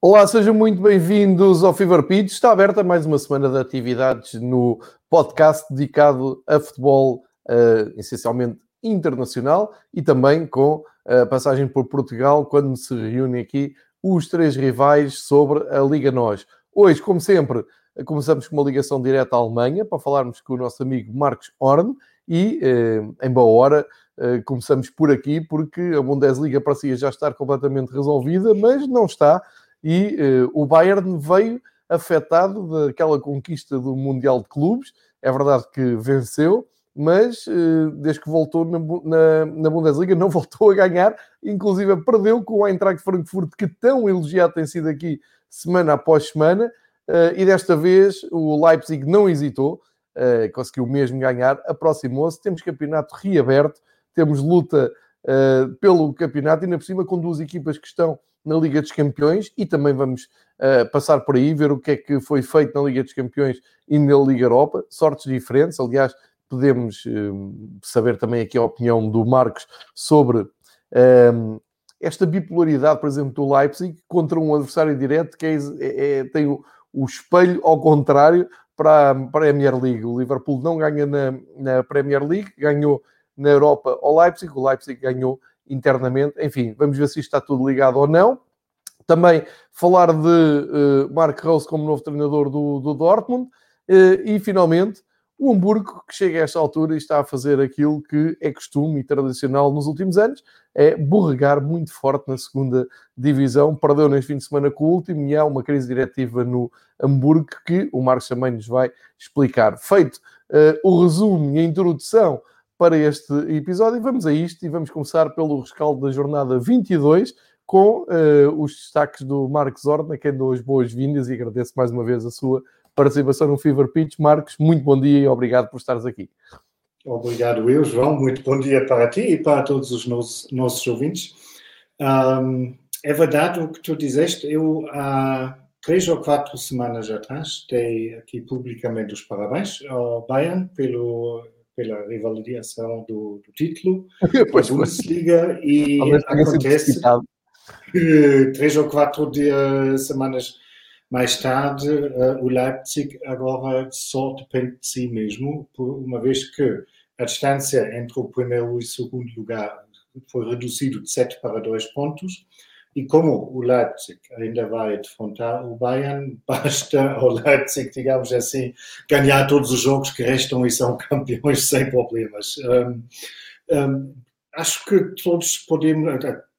Olá, sejam muito bem-vindos ao Fever Pitch. Está aberta mais uma semana de atividades no podcast dedicado a futebol, essencialmente internacional, e também com a passagem por Portugal, quando se reúnem aqui os três rivais sobre a Liga NOS. Hoje, como sempre, começamos com uma ligação direta à Alemanha para falarmos com o nosso amigo Marcos Horn e, em boa hora, começamos por aqui porque a Bundesliga parecia já estar completamente resolvida, mas não está. E o Bayern veio afetado daquela conquista do Mundial de Clubes. É verdade que venceu, mas desde que voltou na Bundesliga não voltou a ganhar. Inclusive perdeu com o Eintracht Frankfurt, que tão elogiado tem sido aqui semana após semana. E desta vez o Leipzig não hesitou, conseguiu mesmo ganhar, aproximou-se. Temos campeonato reaberto, temos luta pelo campeonato, e ainda por cima com duas equipas que estão na Liga dos Campeões, e também vamos passar por aí, ver o que é que foi feito na Liga dos Campeões e na Liga Europa, sortes diferentes. Aliás, podemos saber também aqui a opinião do Marcos sobre esta bipolaridade, por exemplo, do Leipzig contra um adversário direto que tem o espelho ao contrário para a Premier League. O Liverpool não ganha na Premier League, ganhou na Europa ao Leipzig, o Leipzig ganhou internamente. Enfim, vamos ver se isto está tudo ligado ou não. Também falar de Mark Rose como novo treinador do Dortmund. E, finalmente, o Hamburgo, que chega a esta altura e está a fazer aquilo que é costume e tradicional nos últimos anos, é borregar muito forte na segunda divisão. Perdeu neste fim de semana com o último, e há uma crise diretiva no Hamburgo que o Marcos também nos vai explicar. Feito o resumo e a introdução para este episódio, vamos a isto, e vamos começar pelo rescaldo da jornada 22, com os destaques do Marcos Horn, a quem dou as boas-vindas e agradeço mais uma vez a sua participação no Fever Pitch. Marcos, muito bom dia e obrigado por estares aqui. Obrigado eu, João. Muito bom dia para ti e para todos os nossos ouvintes. É verdade o que tu disseste. Eu, há 3 ou 4 semanas atrás, dei aqui publicamente os parabéns ao Bayern pela rivalização do título da Bundesliga, e acontece que 3 ou 4 semanas mais tarde o Leipzig agora só depende de si mesmo, uma vez que a distância entre o primeiro e o segundo lugar foi reduzido de 7 para 2 pontos. E como o Leipzig ainda vai defrontar o Bayern, basta ao Leipzig, digamos assim, ganhar todos os jogos que restam e são campeões sem problemas. Acho que todos podemos,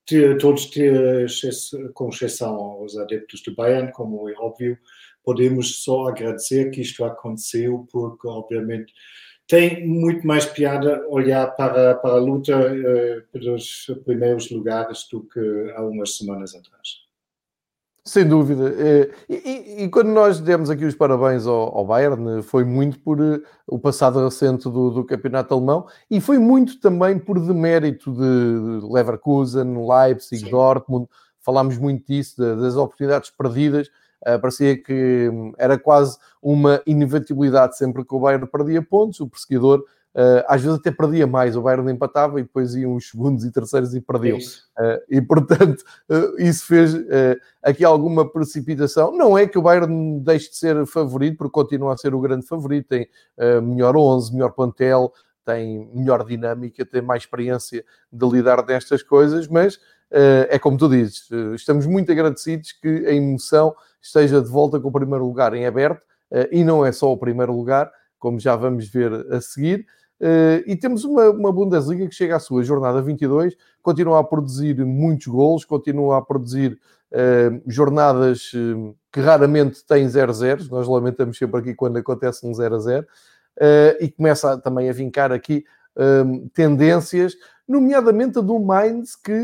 com exceção aos adeptos do Bayern, como é óbvio, podemos só agradecer que isto aconteceu, porque obviamente tem muito mais piada olhar para a luta pelos primeiros lugares do que há umas semanas atrás. Sem dúvida. E quando nós demos aqui os parabéns ao Bayern, foi muito por o passado recente do campeonato alemão, e foi muito também por demérito de Leverkusen, Leipzig, sim, Dortmund. Falámos muito disso, das oportunidades perdidas. Parecia que era quase uma inevitabilidade sempre que o Bayern perdia pontos. O perseguidor às vezes até perdia mais, o Bayern empatava e depois iam os segundos e terceiros e perdiam. E portanto isso fez aqui alguma precipitação. Não é que o Bayern deixe de ser favorito, porque continua a ser o grande favorito, tem melhor 11, melhor plantel, tem melhor dinâmica, tem mais experiência de lidar nestas coisas, mas é como tu dizes, estamos muito agradecidos que a emoção esteja de volta com o primeiro lugar em aberto, e não é só o primeiro lugar, como já vamos ver a seguir. E temos uma Bundesliga que chega à sua jornada 22, continua a produzir muitos golos, continua a produzir jornadas que raramente têm 0-0, nós lamentamos sempre aqui quando acontece um 0-0, e começa também a vincar aqui tendências, nomeadamente a do Mainz, que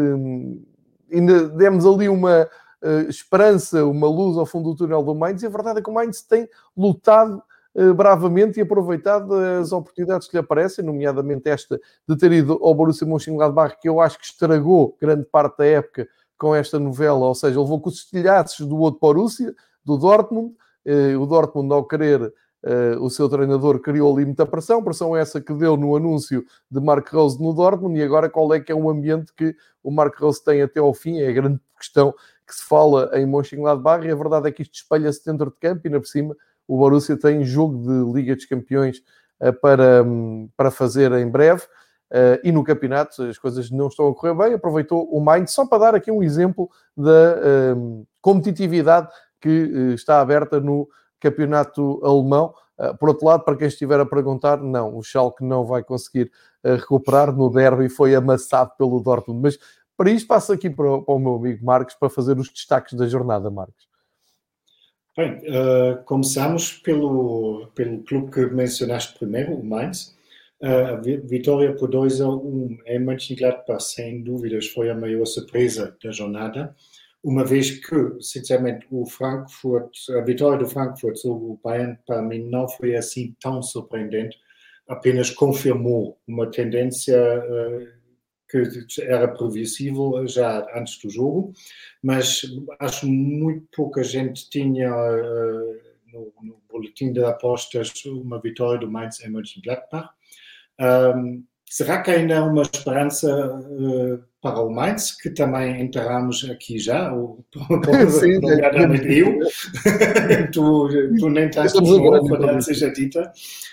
ainda demos ali uma esperança, uma luz ao fundo do túnel do Mainz, e a verdade é que o Mainz tem lutado bravamente e aproveitado as oportunidades que lhe aparecem, nomeadamente esta de ter ido ao Borussia Mönchengladbach, que eu acho que estragou grande parte da época com esta novela, ou seja, levou com os estilhaços do outro Borussia, do Dortmund. O Dortmund, ao querer o seu treinador, criou ali muita pressão essa que deu no anúncio de Mark Rose no Dortmund, e agora qual é que é o ambiente que o Mark Rose tem até ao fim? É a grande questão que se fala em Mönchengladbach, e a verdade é que isto espelha-se dentro de campo, e ainda por cima o Borussia tem jogo de Liga dos Campeões para fazer em breve, e no campeonato as coisas não estão a correr bem. Aproveitou o Mainz, só para dar aqui um exemplo da competitividade que está aberta no campeonato alemão. Por outro lado, para quem estiver a perguntar, não, o Schalke não vai conseguir recuperar. No derby foi amassado pelo Dortmund. Mas para isto passo aqui para o meu amigo Marcos para fazer os destaques da jornada, Marcos. Bem, começamos pelo clube que mencionaste primeiro, o Mainz. A vitória por 2-1 em Mönchengladbach, sem dúvidas, foi a maior surpresa da jornada, uma vez que, sinceramente, a vitória do Frankfurt sobre o Bayern, para mim, não foi assim tão surpreendente, apenas confirmou uma tendência que era previsível já antes do jogo, mas acho muito pouca gente tinha no boletim de apostas uma vitória do Mainz em Mönchengladbach. Será que ainda há uma esperança para o Mainz, que também enterramos aqui já, nomeadamente eu, tu nem estás no verdade seja dita.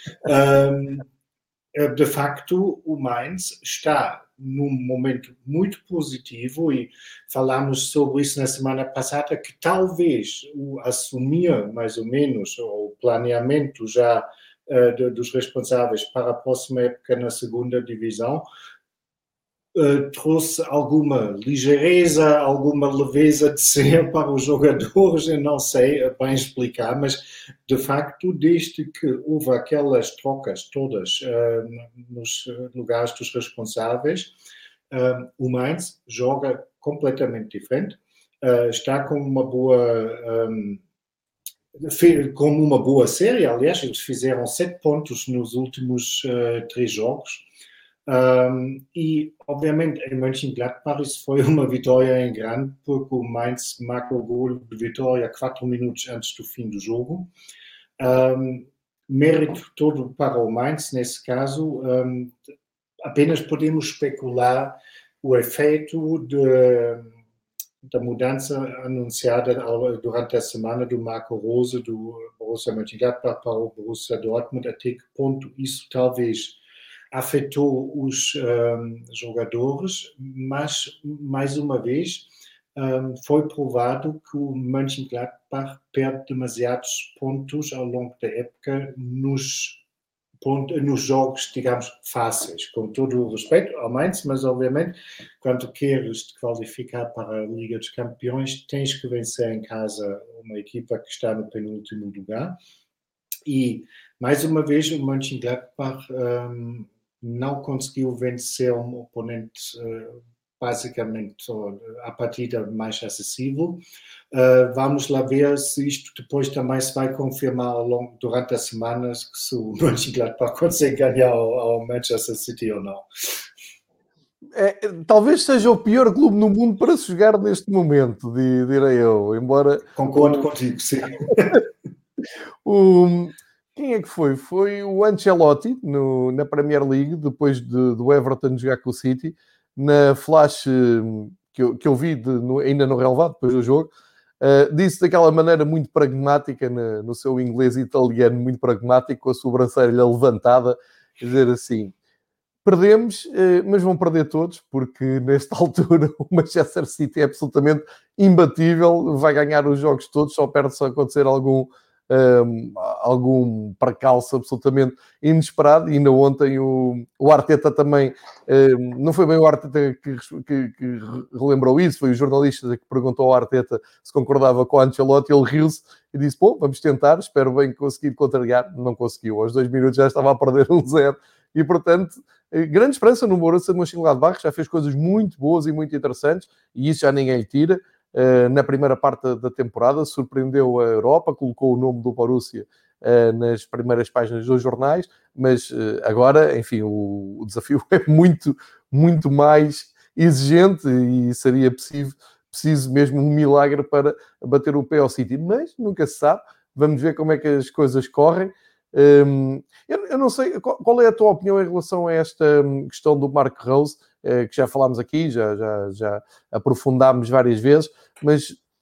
De facto, o Mainz está num momento muito positivo, e falámos sobre isso na semana passada, que talvez o assumir mais ou menos o planeamento já dos responsáveis para a próxima época na segunda divisão trouxe alguma ligeireza, alguma leveza de ser para os jogadores. Eu não sei bem explicar, mas de facto, desde que houve aquelas trocas todas nos lugares dos responsáveis, o Mainz joga completamente diferente, está com uma boa série. Aliás, eles fizeram 7 pontos nos últimos 3 jogos. E, obviamente, em Mönchengladbach isso foi uma vitória em grande, porque o Mainz marcou o gol de vitória 4 minutos antes do fim do jogo. Mérito todo para o Mainz, nesse caso. Apenas podemos especular o efeito da mudança anunciada durante a semana do Marco Rose, do Borussia Mönchengladbach para o Borussia Dortmund, até que ponto isso talvez afetou os jogadores, mas, mais uma vez, foi provado que o Mönchengladbach perde demasiados pontos ao longo da época nos jogos, digamos, fáceis, com todo o respeito ao Mainz, mas, obviamente, quando queres te qualificar para a Liga dos Campeões, tens que vencer em casa uma equipa que está no penúltimo lugar. E, mais uma vez, o Mönchengladbach não conseguiu vencer um oponente basicamente a partida mais acessível. Vamos lá ver se isto depois também se vai confirmar durante as semanas, se o Mönchengladbach consegue ganhar ao Manchester City ou não. Talvez seja o pior clube no mundo para se jogar neste momento, direi eu, embora... Concordo contigo, sim. Quem é que foi? Foi o Ancelotti na Premier League, depois do Everton jogar com o City, na flash que eu vi ainda no relevado, depois do jogo, disse daquela maneira muito pragmática, no seu inglês italiano, muito pragmático, com a sobrancelha levantada, dizer assim: perdemos, mas vão perder todos, porque nesta altura o Manchester City é absolutamente imbatível, vai ganhar os jogos todos, só perde se acontecer algum percalço absolutamente inesperado. E ainda ontem o Arteta também, não foi bem o Arteta que relembrou isso, foi o jornalista que perguntou ao Arteta se concordava com o Ancelotti. Ele riu-se e disse: bom, vamos tentar, espero bem conseguir contrariar. Não conseguiu, aos 2 minutos já estava a perder 1-0, e portanto grande esperança no Borussia Mönchengladbach, já fez coisas muito boas e muito interessantes, e isso já ninguém lhe tira. Na primeira parte da temporada surpreendeu a Europa, colocou o nome do Borussia nas primeiras páginas dos jornais, mas agora, enfim, o desafio é muito, muito mais exigente, e seria preciso mesmo um milagre para bater o pé ao City, mas nunca se sabe. Vamos ver como é que as coisas correm. Eu não sei, qual é a tua opinião em relação a esta questão do Marco Rose, que já falámos aqui, já aprofundámos várias vezes, mas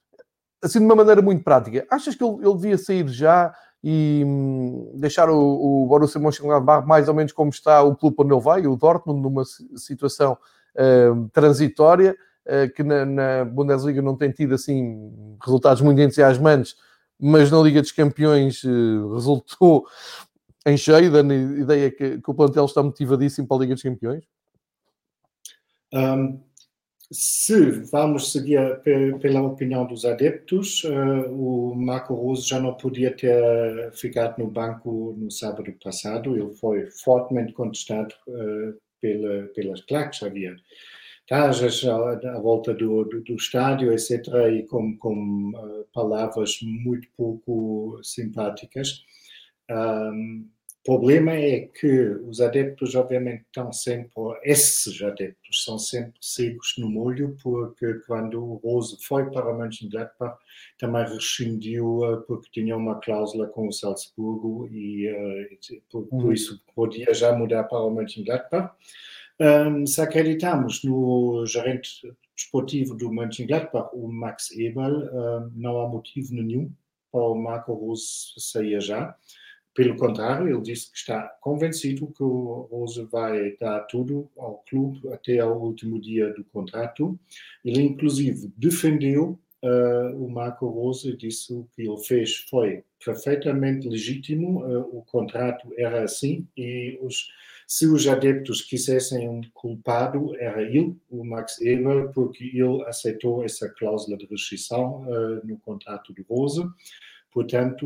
assim de uma maneira muito prática, achas que ele devia sair já e deixar o Borussia Mönchengladbach mais ou menos como está o clube onde ele vai, o Dortmund, numa situação transitória, que na Bundesliga não tem tido assim resultados muito entusiasmantes, mas na Liga dos Campeões resultou em cheio, dando a ideia que o plantel está motivadíssimo para a Liga dos Campeões? Se vamos seguir pela opinião dos adeptos, o Marco Rose já não podia ter ficado no banco no sábado passado. Ele foi fortemente contestado pelas claques. Havia tarjas à volta do estádio, etc., e com palavras muito pouco simpáticas. O problema é que os adeptos, obviamente, esses adeptos são sempre cegos no molho, porque quando o Rose foi para o Mönchengladbach, também rescindiu porque tinha uma cláusula com o Salzburgo e por isso podia já mudar para o Mönchengladbach. Se acreditamos no gerente desportivo do Mönchengladbach, o Max Eberl, não há motivo nenhum para o Marco Rose sair já. Pelo contrário, ele disse que está convencido que o Rose vai dar tudo ao clube até ao último dia do contrato. Ele, inclusive, defendeu o Marco Rose e disse que o que ele fez foi perfeitamente legítimo. O contrato era assim e se os adeptos quisessem um culpado, era ele, o Max Eberl, porque ele aceitou essa cláusula de rescisão no contrato do Rose. Portanto,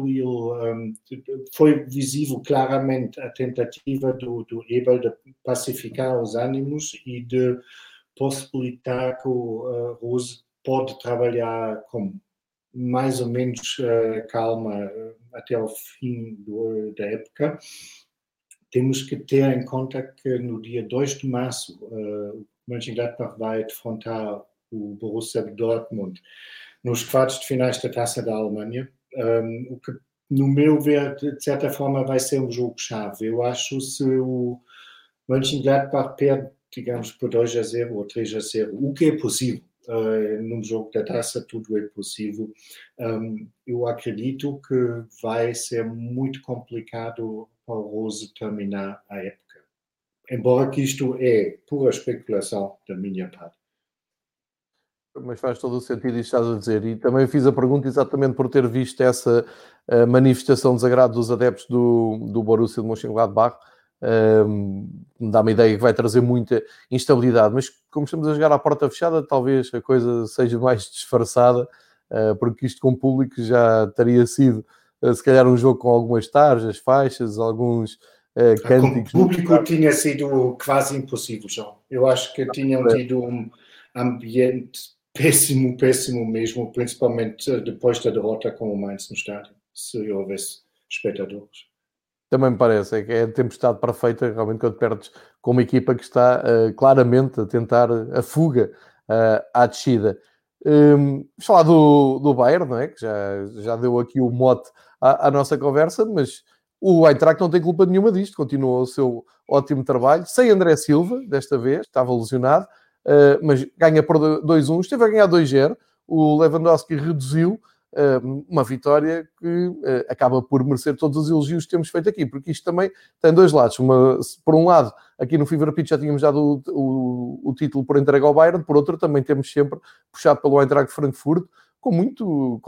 foi visível claramente a tentativa do Eberl de pacificar os ânimos e de possibilitar que o Rose pode trabalhar com mais ou menos calma até ao fim da época. Temos que ter em conta que no dia 2 de março o Mönchengladbach vai defrontar o Borussia Dortmund nos quartos de finais da Taça da Alemanha. O que, no meu ver, de certa forma vai ser um jogo-chave. Eu acho que se o Mönchengladbach perde, digamos, por 2-0 ou 3-0, o que é possível, num jogo da Taça tudo é possível, eu acredito que vai ser muito complicado para o Rose terminar a época. Embora que isto é pura especulação da minha parte. Mas faz todo o sentido isso que estás a dizer. E também fiz a pergunta exatamente por ter visto essa manifestação de desagrado dos adeptos do Borussia de Mönchengladbach. Dá-me a ideia que vai trazer muita instabilidade. Mas como estamos a jogar à porta fechada, talvez a coisa seja mais disfarçada, porque isto com o público já teria sido, se calhar, um jogo com algumas tarjas, faixas, alguns cânticos. Com o público tinha sido quase impossível, João. Eu acho que tinham tido um ambiente péssimo mesmo, principalmente depois da derrota com o Mainz no estádio, se houvesse espectadores. Também me parece, é que é a tempestade perfeita realmente quando perdes com uma equipa que está claramente a tentar a fuga à descida. Vamos falar do Bayern, não é? Que já deu aqui o mote à nossa conversa, mas o Eintracht não tem culpa nenhuma disto, continua o seu ótimo trabalho, sem André Silva, desta vez, estava lesionado, mas ganha por 2-1, esteve a ganhar 2-0, o Lewandowski reduziu, uma vitória que acaba por merecer todos os elogios que temos feito aqui, porque isto também tem dois lados. Por um lado, aqui no Fever Pitch já tínhamos dado o título por entrega ao Bayern, por outro também temos sempre puxado pelo Eintracht Frankfurt, com muito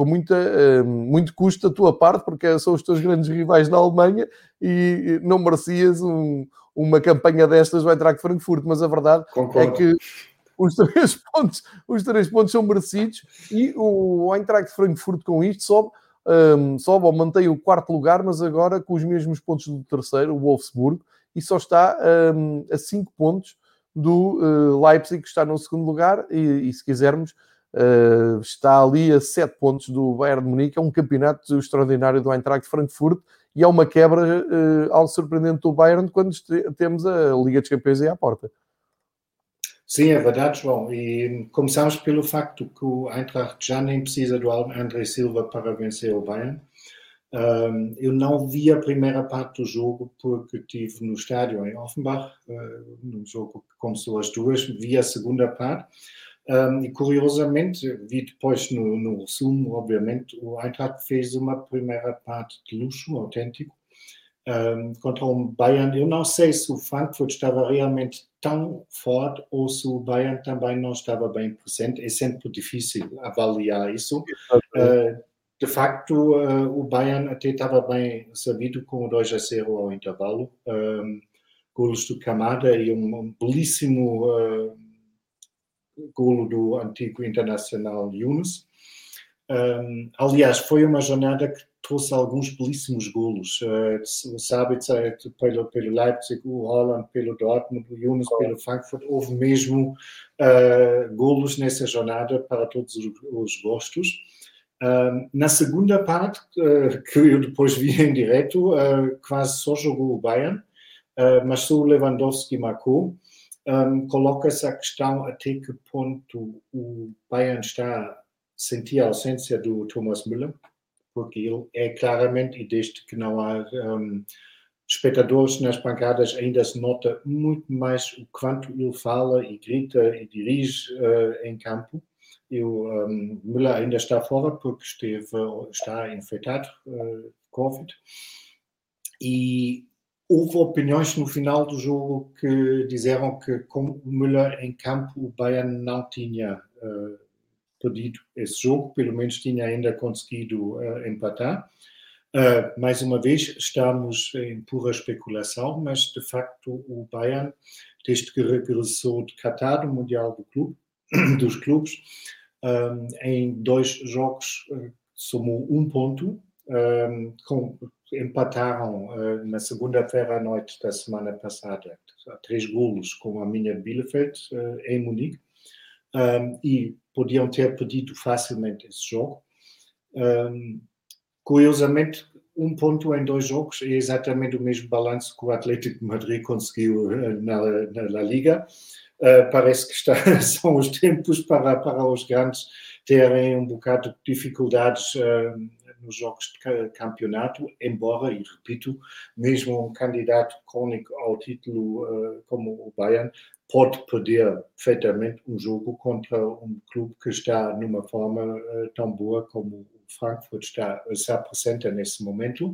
custo da tua parte, porque são os teus grandes rivais na Alemanha e não merecias uma campanha destas do Eintracht Frankfurt, mas a verdade é que os três pontos são merecidos e o Eintracht Frankfurt com isto sobe ou mantém o quarto lugar, mas agora com os mesmos pontos do terceiro, o Wolfsburg, e só está a 5 pontos do Leipzig, que está no segundo lugar, e se quisermos, está ali a 7 pontos do Bayern de Munique. É um campeonato extraordinário do Eintracht Frankfurt e é uma quebra algo surpreendente do Bayern quando temos a Liga dos Campeões aí à porta. Sim, é verdade, João. E começamos pelo facto que o Eintracht já nem precisa do André Silva para vencer o Bayern. Eu não vi a primeira parte do jogo porque estive no estádio em Offenbach, num jogo que começou às 2, vi a segunda parte. E curiosamente, vi depois no resumo, obviamente, o Eintracht fez uma primeira parte de luxo autêntico contra um Bayern. Eu não sei se o Frankfurt estava realmente tão forte ou se o Bayern também não estava bem presente. É sempre difícil avaliar isso. De facto, o Bayern até estava bem sabido com o 2-0 ao intervalo. Golos do Kamada e um belíssimo golo do antigo internacional Yunus. Aliás, foi uma jornada que trouxe alguns belíssimos golos. O Sabitzer pelo Leipzig, o Haaland pelo Dortmund, o Yunus pelo Frankfurt. Houve mesmo golos nessa jornada para todos os gostos. Na segunda parte, que eu depois vi em direto, quase só jogou o Bayern, mas só o Lewandowski marcou. Coloca-se a questão até que ponto o Bayern sentia a ausência do Thomas Müller, porque ele é claramente, e desde que não há espectadores nas bancadas, ainda se nota muito mais o quanto ele fala e grita e dirige em campo. Müller ainda está fora porque está infectado Covid. E houve opiniões no final do jogo que disseram que com o Müller em campo o Bayern não tinha perdido esse jogo, pelo menos tinha ainda conseguido empatar. Mais uma vez, estamos em pura especulação, mas de facto o Bayern, desde que regressou de Qatar, do Mundial dos Clubes, em 2 jogos somou 1 ponto, empataram na segunda-feira à noite da semana passada 3 golos com a Arminia Bielefeld em Munique, e podiam ter perdido facilmente esse jogo. Curiosamente, 1 ponto em 2 jogos é exatamente o mesmo balanço que o Atlético de Madrid conseguiu na Liga. Parece que são os tempos para os grandes terem um bocado de dificuldades nos jogos de campeonato, embora, e repito, mesmo um candidato crônico ao título como o Bayern pode perder perfeitamente um jogo contra um clube que está numa forma tão boa como o Frankfurt se apresenta nesse momento.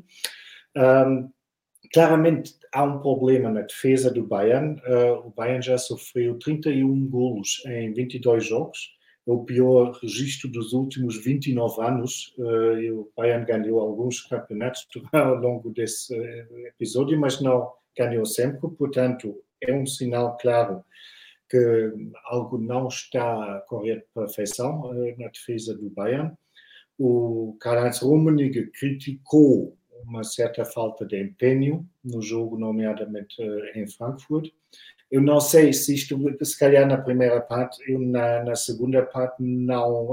Claramente há um problema na defesa do Bayern. O Bayern já sofreu 31 golos em 22 jogos. É o pior registro dos últimos 29 anos. O Bayern ganhou alguns campeonatos ao longo desse episódio, mas não ganhou sempre. Portanto, é um sinal claro que algo não está a correr de perfeição na defesa do Bayern. O Karl-Heinz Rummenigge criticou uma certa falta de empenho no jogo, nomeadamente em Frankfurt. Eu não sei se isto, se calhar na primeira parte, eu na segunda parte não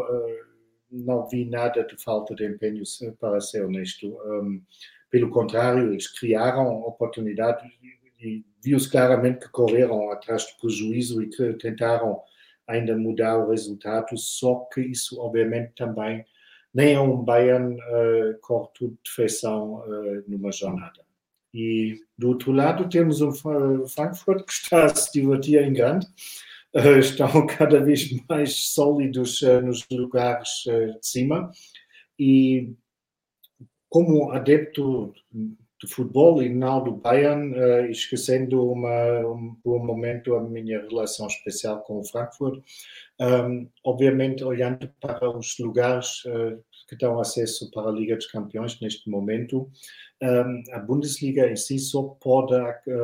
vi nada de falta de empenho, para ser honesto. Pelo contrário, eles criaram oportunidades e viu-se claramente que correram atrás do prejuízo e que tentaram ainda mudar o resultado, só que isso obviamente também nem é um Bayern corre tudo de feição numa jornada. E do outro lado temos um Frankfurt que está a se divertir em grande, estão cada vez mais sólidos nos lugares de cima, e como adepto de futebol e não do Bayern, esquecendo por um momento a minha relação especial com o Frankfurt, obviamente olhando para os lugares que dão acesso para a Liga dos Campeões neste momento, a Bundesliga em si só pode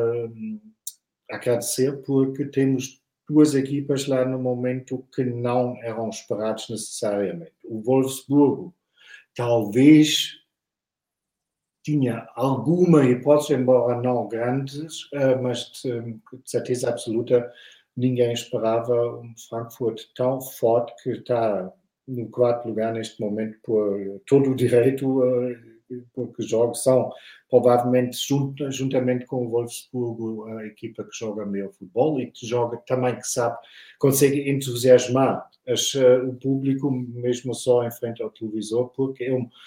agradecer porque temos 2 equipas lá no momento que não eram esperados necessariamente. O Wolfsburgo talvez tinha alguma hipótese, embora não grandes, mas de certeza absoluta ninguém esperava um Frankfurt tão forte, que está no 4º lugar neste momento por todo o direito, porque os jogos são provavelmente, juntamente com o Wolfsburgo, a equipa que joga melhor futebol e que joga também, que consegue entusiasmar o público, mesmo só em frente ao televisor, porque é um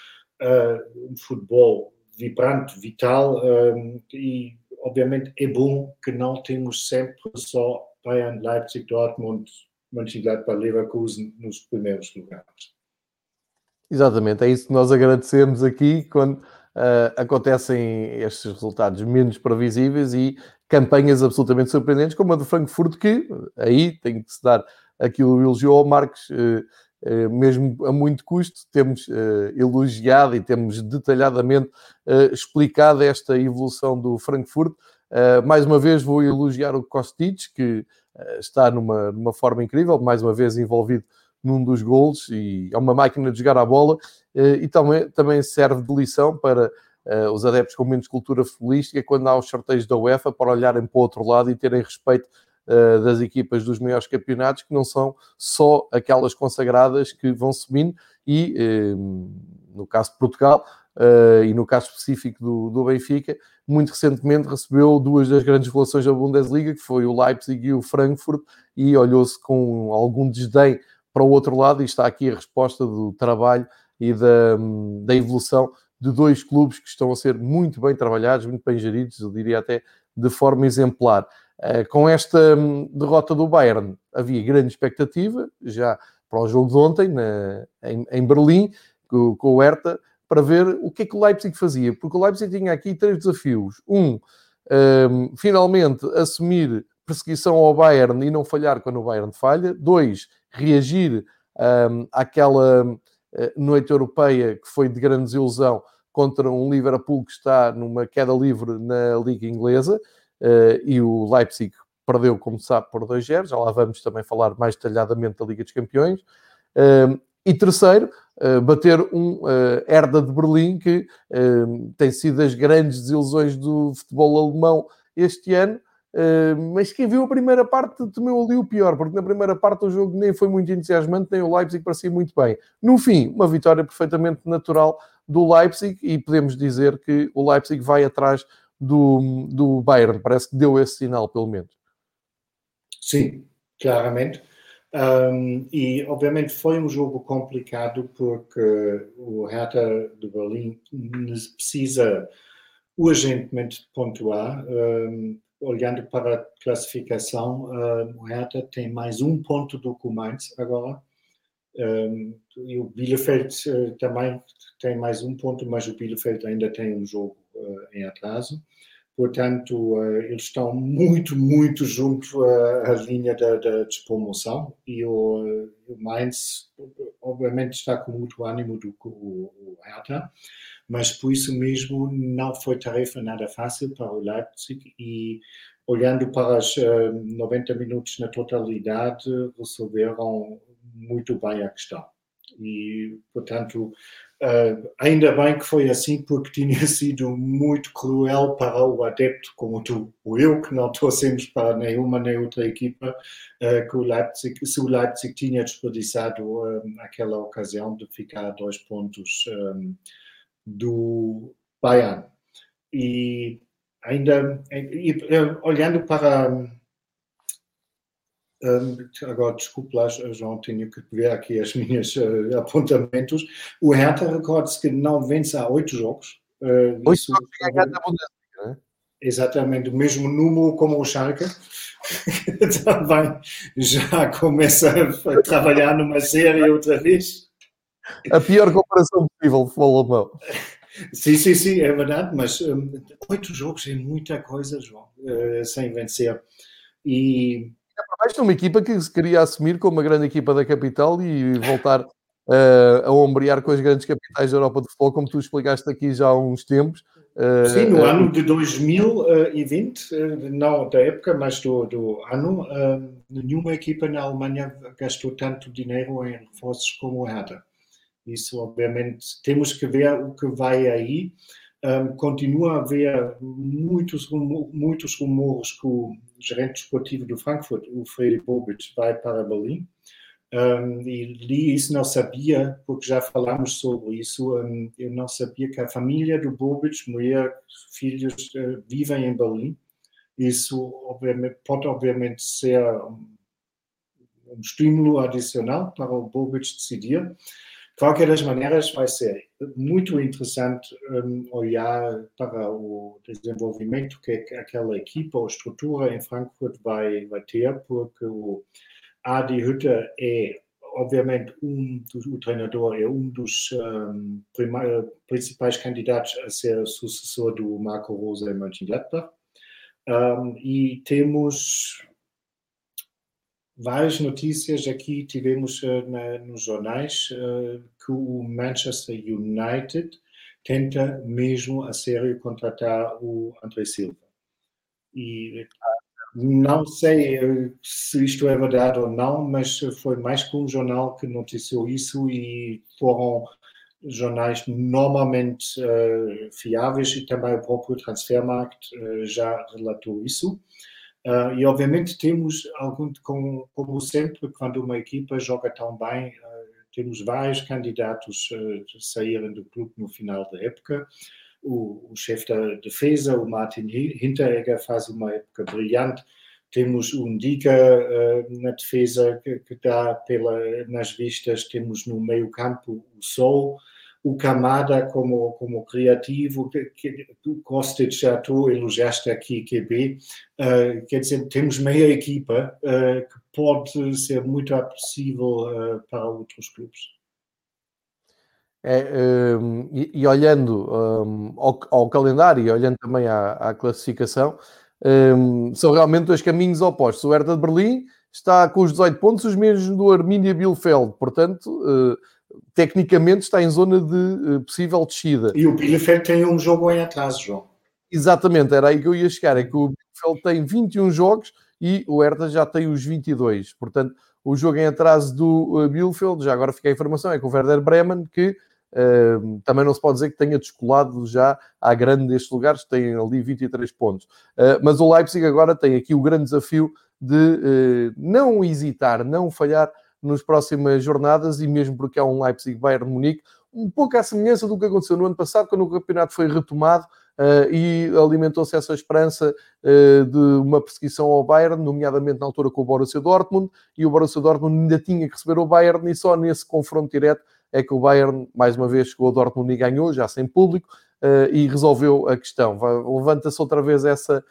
futebol vibrante, vital, e obviamente é bom que não temos sempre só Bayern, Leipzig, Dortmund, Mönchengladbach, Leverkusen nos primeiros lugares. Exatamente, é isso que nós agradecemos aqui quando acontecem estes resultados menos previsíveis e campanhas absolutamente surpreendentes, como a do Frankfurt, que aí tem que se dar aquilo que elogiou ao Marcos, mesmo a muito custo, temos elogiado e temos detalhadamente explicado esta evolução do Frankfurt. Mais uma vez vou elogiar o Kostic, que está numa forma incrível, mais uma vez envolvido num dos golos, e é uma máquina de jogar a bola, e também serve de lição para os adeptos com menos cultura futebolística, quando há os sorteios da UEFA, para olharem para o outro lado e terem respeito das equipas dos maiores campeonatos, que não são só aquelas consagradas que vão subindo, e no caso de Portugal, e no caso específico do Benfica, muito recentemente recebeu duas das grandes revelações da Bundesliga, que foi o Leipzig e o Frankfurt, e olhou-se com algum desdém para o outro lado, e está aqui a resposta do trabalho e da evolução de dois clubes que estão a ser muito bem trabalhados, muito bem geridos, eu diria até de forma exemplar. Com esta derrota do Bayern, havia grande expectativa, já para o jogo de ontem, em Berlim, com o Hertha, para ver o que é que o Leipzig fazia, porque o Leipzig tinha aqui 3 desafios. Finalmente assumir perseguição ao Bayern e não falhar quando o Bayern falha. 2, reagir àquela noite europeia que foi de grande desilusão contra um Liverpool que está numa queda livre na Liga Inglesa, e o Leipzig perdeu, como se sabe, por 2-0. Já lá vamos também falar mais detalhadamente da Liga dos Campeões. E terceiro, bater um Hertha de Berlim, que tem sido das grandes desilusões do futebol alemão este ano, mas quem viu a primeira parte temeu ali o pior, porque na primeira parte o jogo nem foi muito entusiasmante, nem o Leipzig parecia muito bem. No fim, uma vitória perfeitamente natural do Leipzig, e podemos dizer que o Leipzig vai atrás do Bayern. Parece que deu esse sinal, pelo menos. Sim, claramente. E obviamente foi um jogo complicado, porque o Hertha de Berlim precisa urgentemente pontuar. Olhando para a classificação, o Hertha tem mais um ponto do que o Mainz agora. E o Bielefeld também tem mais um ponto, mas o Bielefeld ainda tem um jogo em atraso. Portanto, eles estão muito, muito junto à linha da despromoção, e o Mainz, obviamente, está com muito ânimo do que o Hertha, mas por isso mesmo não foi tarefa nada fácil para o Leipzig, e olhando para os 90 minutos na totalidade, resolveram muito bem a questão. E, portanto, ainda bem que foi assim, porque tinha sido muito cruel para o adepto como tu ou eu, que não torcemos para nenhuma nem outra equipa, que se o Leipzig tinha desperdiçado aquela ocasião de ficar a 2 pontos do Bayern. E ainda, olhando para... agora, desculpe lá, João, tenho que ver aqui as minhas apontamentos. O Hertha, recorde-se que não vence há 8 jogos. 8 jogos sem ganhar na Bundesliga, não é? Exatamente, o mesmo número como o Schalke. Também já começa a trabalhar numa série outra vez. A pior comparação possível, futebol alemão. Sim, é verdade, mas 8 jogos é muita coisa, João, sem vencer. E Isto é uma equipa que se queria assumir como uma grande equipa da capital e voltar a ombrear com as grandes capitais da Europa de futebol, como tu explicaste aqui já há uns tempos. Sim, no ano de 2020, não da época, mas do ano, nenhuma equipa na Alemanha gastou tanto dinheiro em reforços como o Hertha. Isso, obviamente, temos que ver o que vai aí. Continua a haver muitos rumores que o gerente desportivo do Frankfurt, o Freddy Bobic, vai para Berlim. E li isso, não sabia, porque já falámos sobre isso. Eu não sabia que a família do Bobic, mulher, filhos, vivem em Berlim. Isso pode ser um estímulo adicional para o Bobic decidir. De qualquer das maneiras, vai ser muito interessante olhar para o desenvolvimento que aquela equipa ou estrutura em Frankfurt vai ter, porque o Adi Hütter é, obviamente, o treinador é dos principais candidatos a ser sucessor do Marco Rose em Mönchengladbach. E temos várias notícias aqui, tivemos nos jornais que o Manchester United tenta mesmo a sério contratar o André Silva. E não sei se isto é verdade ou não, mas foi mais que um jornal que noticiou isso e foram jornais normalmente fiáveis e também o próprio Transfermarkt já relatou isso. E obviamente temos, como sempre, quando uma equipa joga tão bem, temos vários candidatos a saírem do clube no final da época. O chefe da defesa, o Martin Hinteregger, faz uma época brilhante. Temos o Ndika na defesa que dá nas vistas. Temos no meio campo o Sol, o Kamada como criativo, o Kostic já tu elogiaste aqui, QB. Quer dizer, temos meia equipa que pode ser muito apetecível para outros clubes. E olhando ao calendário e olhando também à classificação, são realmente dois caminhos opostos. O Hertha de Berlim está com os 18 pontos, os mesmos do Arminia Bielefeld, portanto, tecnicamente está em zona de possível descida. E o Bielefeld tem um jogo em atraso, João. Exatamente, era aí que eu ia chegar, é que o Bielefeld tem 21 jogos e o Hertha já tem os 22, portanto, o jogo em atraso do Bielefeld, já agora fica a informação, é com o Werder Bremen, que também não se pode dizer que tenha descolado já à grande destes lugares, tem ali 23 pontos. Mas o Leipzig agora tem aqui o grande desafio de não hesitar, não falhar nas próximas jornadas, e mesmo porque é um Leipzig-Bayern de Munique, um pouco à semelhança do que aconteceu no ano passado, quando o campeonato foi retomado e alimentou-se essa esperança de uma perseguição ao Bayern, nomeadamente na altura com o Borussia Dortmund, e o Borussia Dortmund ainda tinha que receber o Bayern, e só nesse confronto direto é que o Bayern, mais uma vez, chegou ao Dortmund e ganhou, já sem público, e resolveu a questão. Levanta-se outra vez essa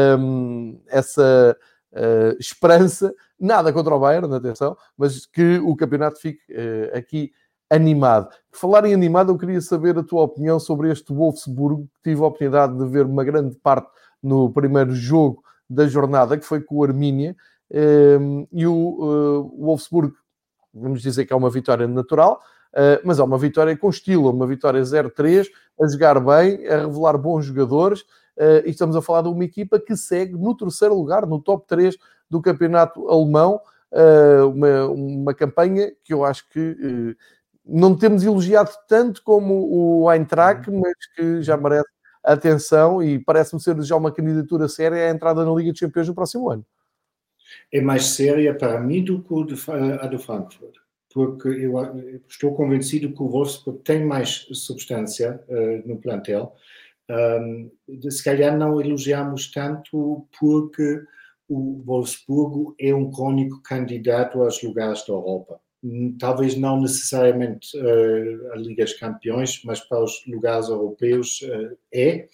esperança, nada contra o Bayern, atenção, mas que o campeonato fique aqui animado. Por falar em animado, eu queria saber a tua opinião sobre este Wolfsburgo, que tive a oportunidade de ver uma grande parte no primeiro jogo da jornada, que foi com o Arminia, e o Wolfsburgo, vamos dizer que é uma vitória natural, mas é uma vitória com estilo, uma vitória 0-3, a jogar bem, a revelar bons jogadores, e estamos a falar de uma equipa que segue no terceiro lugar, no top 3 do campeonato alemão, uma campanha que eu acho que não temos elogiado tanto como o Eintracht, mas que já merece atenção e parece-me ser já uma candidatura séria à entrada na Liga dos Campeões no próximo ano. É mais séria para mim do que a do Frankfurt, porque eu estou convencido que o Wolfsburg tem mais substância no plantel. Se calhar não elogiamos tanto porque o Wolfsburgo é um crônico candidato aos lugares da Europa. Talvez não necessariamente a Liga dos Campeões, mas para os lugares europeus é.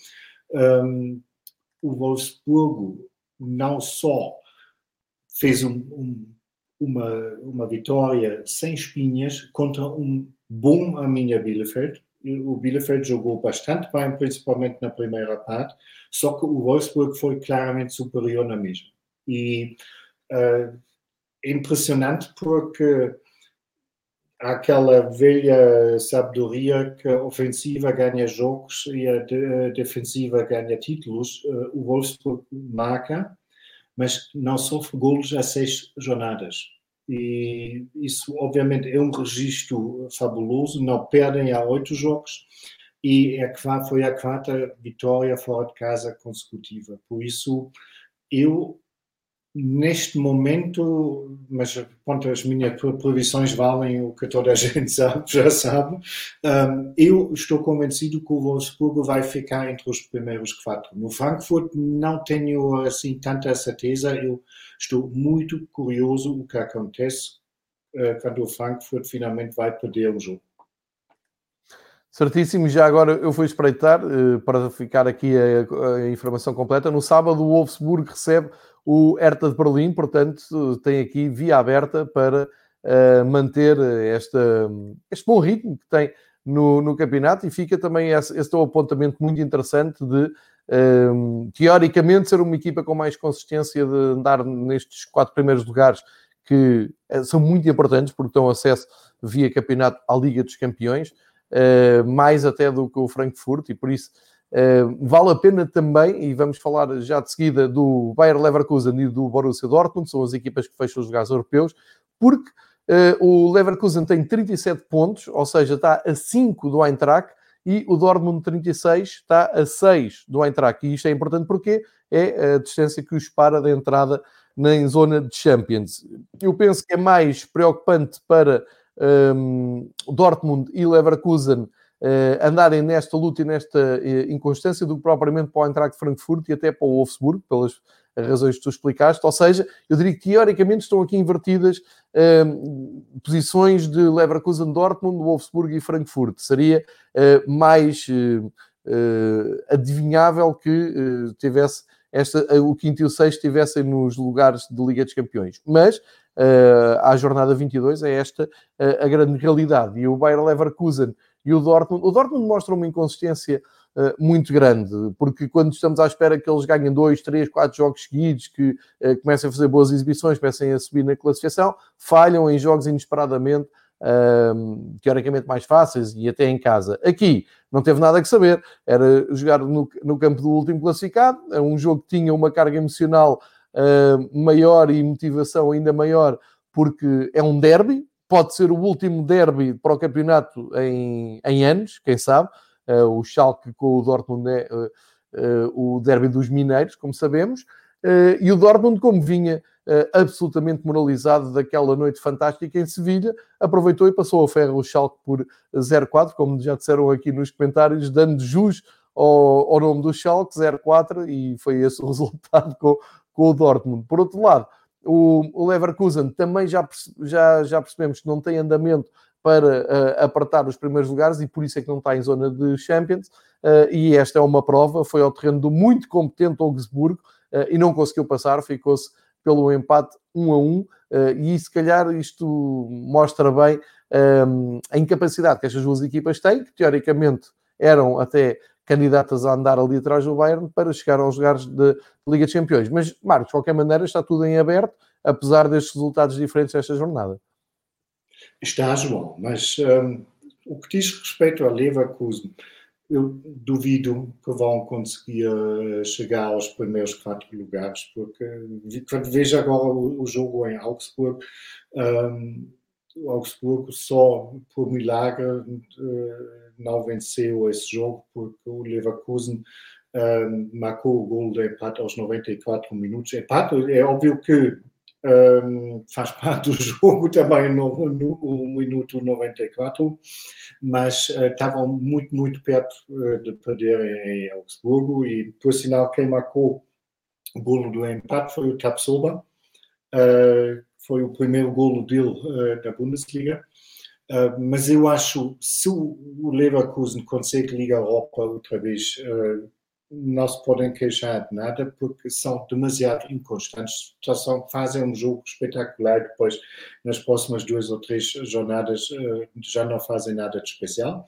O Wolfsburgo não só fez uma vitória sem espinhas contra um bom Arminia Bielefeld. O Bielefeld jogou bastante bem, principalmente na primeira parte, só que o Wolfsburg foi claramente superior na mesma. E é impressionante porque há aquela velha sabedoria que a ofensiva ganha jogos e a defensiva ganha títulos. O Wolfsburg marca, mas não sofre golos há 6 jornadas. E isso, obviamente, é um registro fabuloso. Não perdem há 8 jogos e foi a 4ª vitória fora de casa consecutiva. Por isso, eu, neste momento, mas pronto, as minhas previsões valem o que toda a gente já sabe, eu estou convencido que o Wolfsburgo vai ficar entre os primeiros 4. No Frankfurt não tenho assim tanta certeza, eu estou muito curioso o que acontece quando o Frankfurt finalmente vai perder o jogo. Certíssimo, já agora eu fui espreitar, para ficar aqui a informação completa. No sábado o Wolfsburg recebe o Hertha de Berlim, portanto, tem aqui via aberta para manter este bom ritmo que tem no campeonato, e fica também esse apontamento muito interessante de, teoricamente, ser uma equipa com mais consistência de andar nestes 4 primeiros lugares, que são muito importantes porque dão acesso via campeonato à Liga dos Campeões, mais até do que o Frankfurt, e por isso vale a pena também, e vamos falar já de seguida do Bayer Leverkusen e do Borussia Dortmund, são as equipas que fecham os lugares europeus, porque o Leverkusen tem 37 pontos, ou seja, está a 5 do Eintracht, e o Dortmund 36 está a 6 do Eintracht. E isto é importante porque é a distância que os separa da entrada na zona de Champions. Eu penso que é mais preocupante para Dortmund e Leverkusen andarem nesta luta e nesta inconstância do que propriamente para o Eintracht Frankfurt e até para o Wolfsburg, pelas razões que tu explicaste. Ou seja, eu diria que teoricamente estão aqui invertidas posições de Leverkusen, Dortmund, Wolfsburg e Frankfurt. Seria mais adivinhável que tivesse o quinto e o sexto estivessem nos lugares de Liga dos Campeões. Mas à jornada 22 é esta a grande realidade. E o Bayer Leverkusen e o Dortmund mostra uma inconsistência muito grande, porque quando estamos à espera que eles ganhem 2, 3, 4 jogos seguidos, que comecem a fazer boas exibições, comecem a subir na classificação, falham em jogos inesperadamente, teoricamente mais fáceis e até em casa. Aqui não teve nada que saber, era jogar no campo do último classificado, é um jogo que tinha uma carga emocional maior e motivação ainda maior, porque é um derby, pode ser o último derby para o campeonato em anos, quem sabe. O Schalke com o Dortmund é o derby dos mineiros, como sabemos, e o Dortmund, como vinha absolutamente moralizado daquela noite fantástica em Sevilha, aproveitou e passou a ferro o Schalke por 0-4, como já disseram aqui nos comentários, dando jus ao nome do Schalke, 0-4, e foi esse o resultado com o Dortmund. Por outro lado, o Leverkusen também já percebemos que não tem andamento para apertar os primeiros lugares, e por isso é que não está em zona de Champions, e esta é uma prova. Foi ao terreno do muito competente Augsburgo e não conseguiu passar, ficou-se pelo empate 1-1, e se calhar isto mostra bem a incapacidade que estas duas equipas têm, que teoricamente eram até candidatas a andar ali atrás do Bayern para chegar aos lugares de Liga dos Campeões. Mas, Marcos, de qualquer maneira, está tudo em aberto, apesar destes resultados diferentes desta jornada. Está, João, mas o que diz respeito a Leverkusen, eu duvido que vão conseguir chegar aos primeiros 4 lugares, porque quando vejo agora o jogo em Augsburgo, o Augsburgo só por milagre não venceu esse jogo, porque o Leverkusen marcou o gol de empate aos 94 minutos. Empate, é óbvio que faz parte do jogo também no minuto 94, mas estavam muito, muito perto de perder em Augsburgo, e por sinal quem marcou o golo do empate foi o Tapsoba, foi o primeiro golo dele da Bundesliga, mas eu acho, se o Leverkusen consegue Liga Europa outra vez, não se podem queixar de nada, porque são demasiado inconstantes. Fazem um jogo espetacular, depois nas próximas 2 ou 3 jornadas já não fazem nada de especial.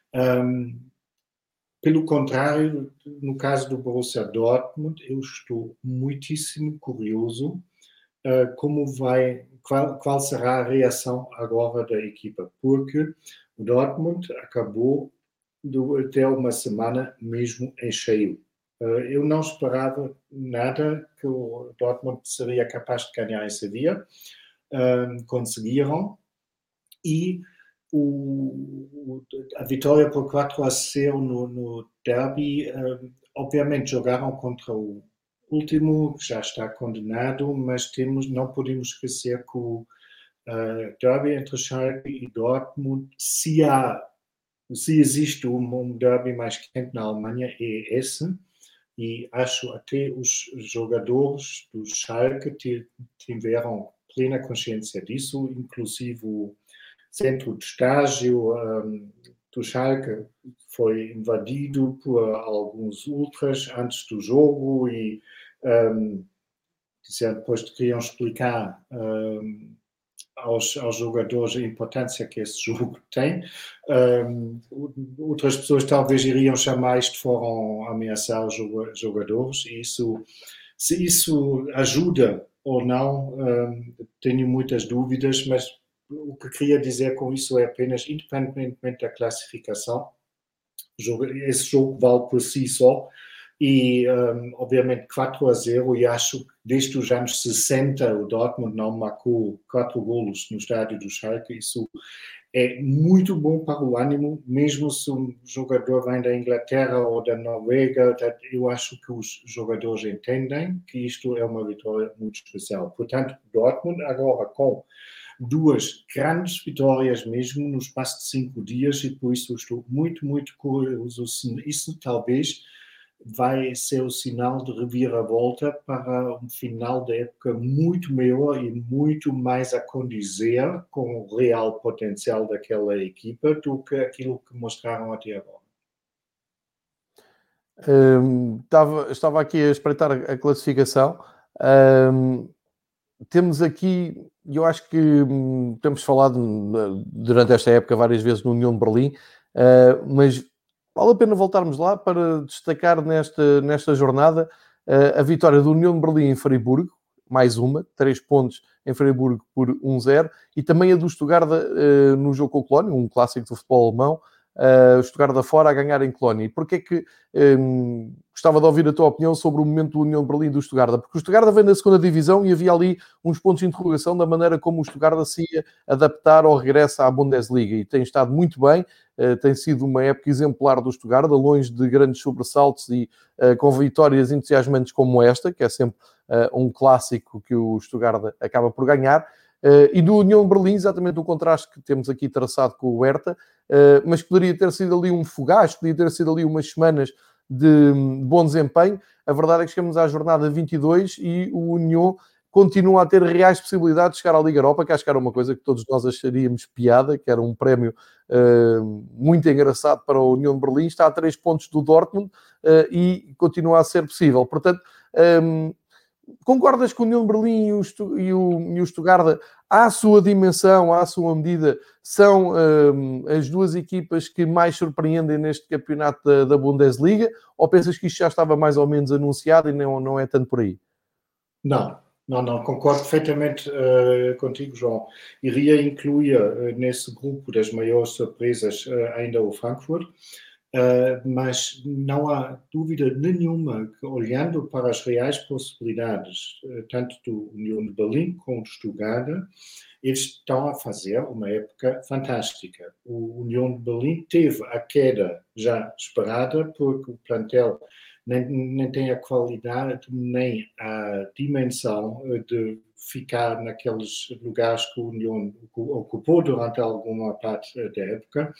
Pelo contrário, no caso do Borussia Dortmund, eu estou muitíssimo curioso qual será a reação agora da equipa, porque o Dortmund acabou até uma semana mesmo em cheio. Eu não esperava nada que o Dortmund seria capaz de ganhar em Sevilha. Conseguiram, e a vitória por 4-0 no derby, obviamente jogaram contra o último, que já está condenado, mas não podemos esquecer que o derby entre Schalke e Dortmund, se existe um derby mais quente na Alemanha, é esse, e acho até os jogadores do Schalke tiveram plena consciência disso, inclusive o centro de estágio do Schalke foi invadido por alguns ultras antes do jogo, e disseram depois que queriam explicar aos jogadores a importância que esse jogo tem. Outras pessoas talvez iriam chamar isto foram ameaçar os jogadores, e se isso ajuda ou não, tenho muitas dúvidas, mas o que queria dizer com isso é apenas, independentemente da classificação, esse jogo vale por si só, e obviamente 4-0, e acho que desde os anos 60 o Dortmund não marcou 4 golos no estádio do Schalke. Isso é muito bom para o ânimo, mesmo se um jogador vem da Inglaterra ou da Noruega. Eu acho que os jogadores entendem que isto é uma vitória muito especial. Portanto, Dortmund agora com 2 grandes vitórias mesmo no espaço de 5 dias, e por isso estou muito, muito curioso. Isso talvez vai ser o sinal de reviravolta para um final da época muito maior e muito mais a condizer com o real potencial daquela equipa do que aquilo que mostraram até agora. Estava aqui a espreitar a classificação. Temos aqui, eu acho que temos falado durante esta época várias vezes no União de Berlim, mas vale a pena voltarmos lá para destacar nesta jornada a vitória do União de Berlim em Freiburgo, mais uma, 3 pontos em Freiburgo por 1-0, e também a do Stuttgart no jogo com o Colónia, um clássico do futebol alemão, o Stuttgart fora a ganhar em Colónia. E porquê é que gostava de ouvir a tua opinião sobre o momento do União de Berlim e do Stuttgart? Porque o Stuttgart vem da segunda divisão e havia ali uns pontos de interrogação da maneira como o Stuttgart se ia adaptar ao regresso à Bundesliga, e tem estado muito bem. Tem sido uma época exemplar do Stuttgart, longe de grandes sobressaltos e com vitórias entusiasmantes como esta, que é sempre um clássico que o Stuttgart acaba por ganhar. E do União de Berlim, exatamente o contraste que temos aqui traçado com o Hertha, mas poderia ter sido ali um fugaz, poderia ter sido ali umas semanas de bom desempenho. A verdade é que chegamos à jornada 22 e o União continua a ter reais possibilidades de chegar à Liga Europa, que acho que era uma coisa que todos nós acharíamos piada, que era um prémio muito engraçado para o União de Berlim. Está a 3 pontos do Dortmund e continua a ser possível. Portanto, concordas que o União de Berlim e o Stuttgart, à sua dimensão, à sua medida, são as duas equipas que mais surpreendem neste campeonato da Bundesliga? Ou pensas que isto já estava mais ou menos anunciado e não é tanto por aí? Não, concordo perfeitamente contigo, João. Iria incluir nesse grupo das maiores surpresas ainda o Frankfurt, mas não há dúvida nenhuma que, olhando para as reais possibilidades, tanto do União de Berlim como do Stuttgart, eles estão a fazer uma época fantástica. O União de Berlim teve a queda já esperada, porque o plantel nem tem a qualidade, nem a dimensão de ficar naqueles lugares que o União ocupou durante alguma parte da época.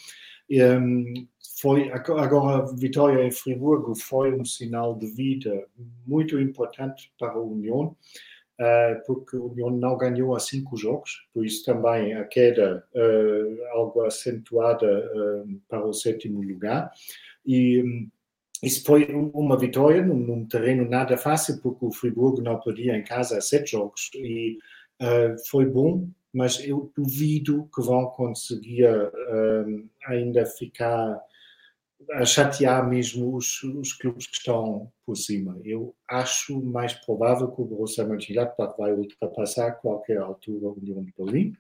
Agora a vitória em Friburgo foi um sinal de vida muito importante para a União, porque a União não ganhou há 5 jogos, por isso também a queda algo acentuada para o 7º lugar. E isso foi uma vitória num terreno nada fácil, porque o Friburgo não perdia em casa há 7 jogos, e foi bom, mas eu duvido que vão conseguir ainda ficar a chatear mesmo os clubes que estão por cima. Eu acho mais provável que o Borussia Mönchengladbach vai ultrapassar a qualquer altura a União de Berlim.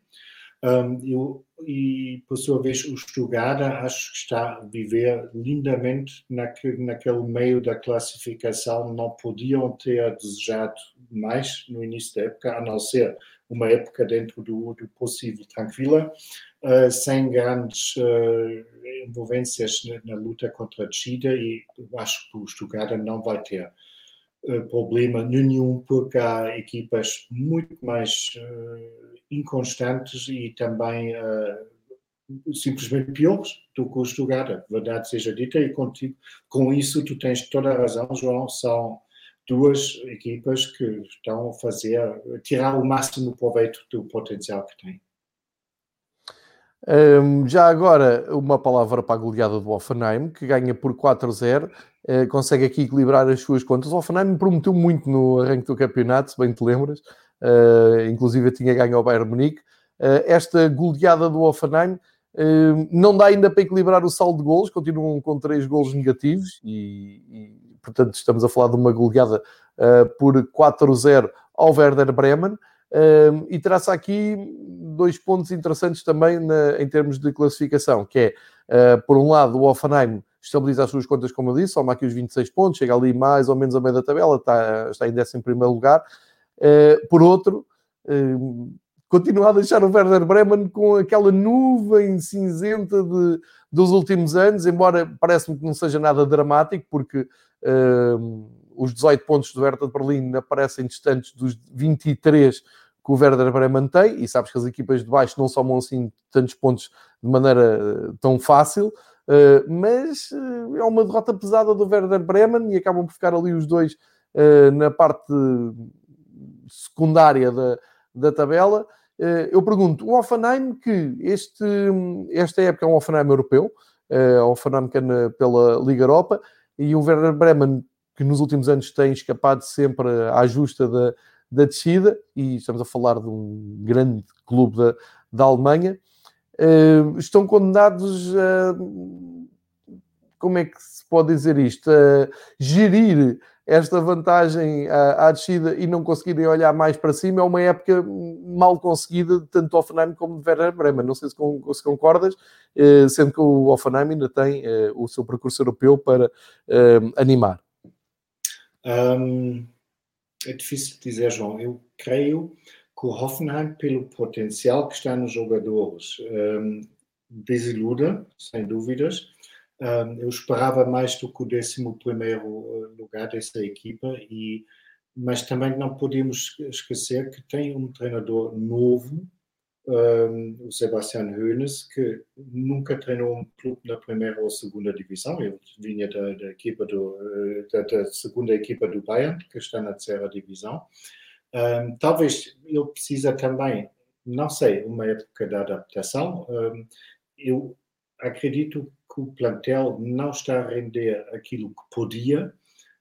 E, por sua vez, o Stuttgart acho que está a viver lindamente naquele meio da classificação. Não podiam ter desejado mais no início da época, a não ser uma época dentro do possível tranquila, sem grandes envolvências na luta contra a descida, e acho que o Stuttgart não vai ter problema nenhum, porque há equipas muito mais inconstantes e também simplesmente piores do que o Stuttgart, verdade seja dita, e contigo, com isso tu tens toda a razão, João. São 2 equipas que estão a tirar o máximo proveito do potencial que têm. Já agora, uma palavra para a goleada do Hoffenheim, que ganha por 4-0, consegue aqui equilibrar as suas contas. O Hoffenheim prometeu muito no arranque do campeonato, se bem te lembras, inclusive tinha ganho ao Bayern Munique. Esta goleada do Hoffenheim não dá ainda para equilibrar o saldo de golos, continuam com 3 golos negativos e portanto estamos a falar de uma goleada por 4-0 ao Werder Bremen. E traz aqui 2 pontos interessantes também em termos de classificação, que é, por um lado, o Hoffenheim estabiliza as suas contas, como eu disse, soma aqui os 26 pontos, chega ali mais ou menos a meio da tabela, está em 11º lugar. Por outro, continua a deixar o Werder Bremen com aquela nuvem cinzenta dos últimos anos, embora parece-me que não seja nada dramático, porque os 18 pontos do Hertha de Berlim aparecem distantes dos 23 que o Werder Bremen tem, e sabes que as equipas de baixo não somam assim tantos pontos de maneira tão fácil, mas é uma derrota pesada do Werder Bremen e acabam por ficar ali os dois na parte secundária da tabela. Eu pergunto, o Hoffenheim, que esta época é um Hoffenheim europeu, o Hoffenheim que anda pela Liga Europa, e o Werder Bremen, que nos últimos anos tem escapado sempre à justa da descida, e estamos a falar de um grande clube da Alemanha, estão condenados a, como é que se pode dizer isto, a gerir esta vantagem à descida e não conseguirem olhar mais para cima. É uma época mal conseguida, tanto do Hoffenheim como de Werder Bremen. Não sei se concordas, sendo que o Hoffenheim ainda tem o seu percurso europeu para animar. É difícil dizer, João. Eu creio que o Hoffenheim, pelo potencial que está nos jogadores, desiluda, sem dúvidas. Eu esperava mais do que o 11º lugar dessa equipa, mas também não podemos esquecer que tem um treinador novo, o Sebastian Hoeneß, que nunca treinou um clube na primeira ou segunda divisão. Ele vinha da segunda equipa do Bayern, que está na terceira divisão. Talvez ele precisa também, não sei, uma época de adaptação. Eu acredito que o plantel não está a render aquilo que podia,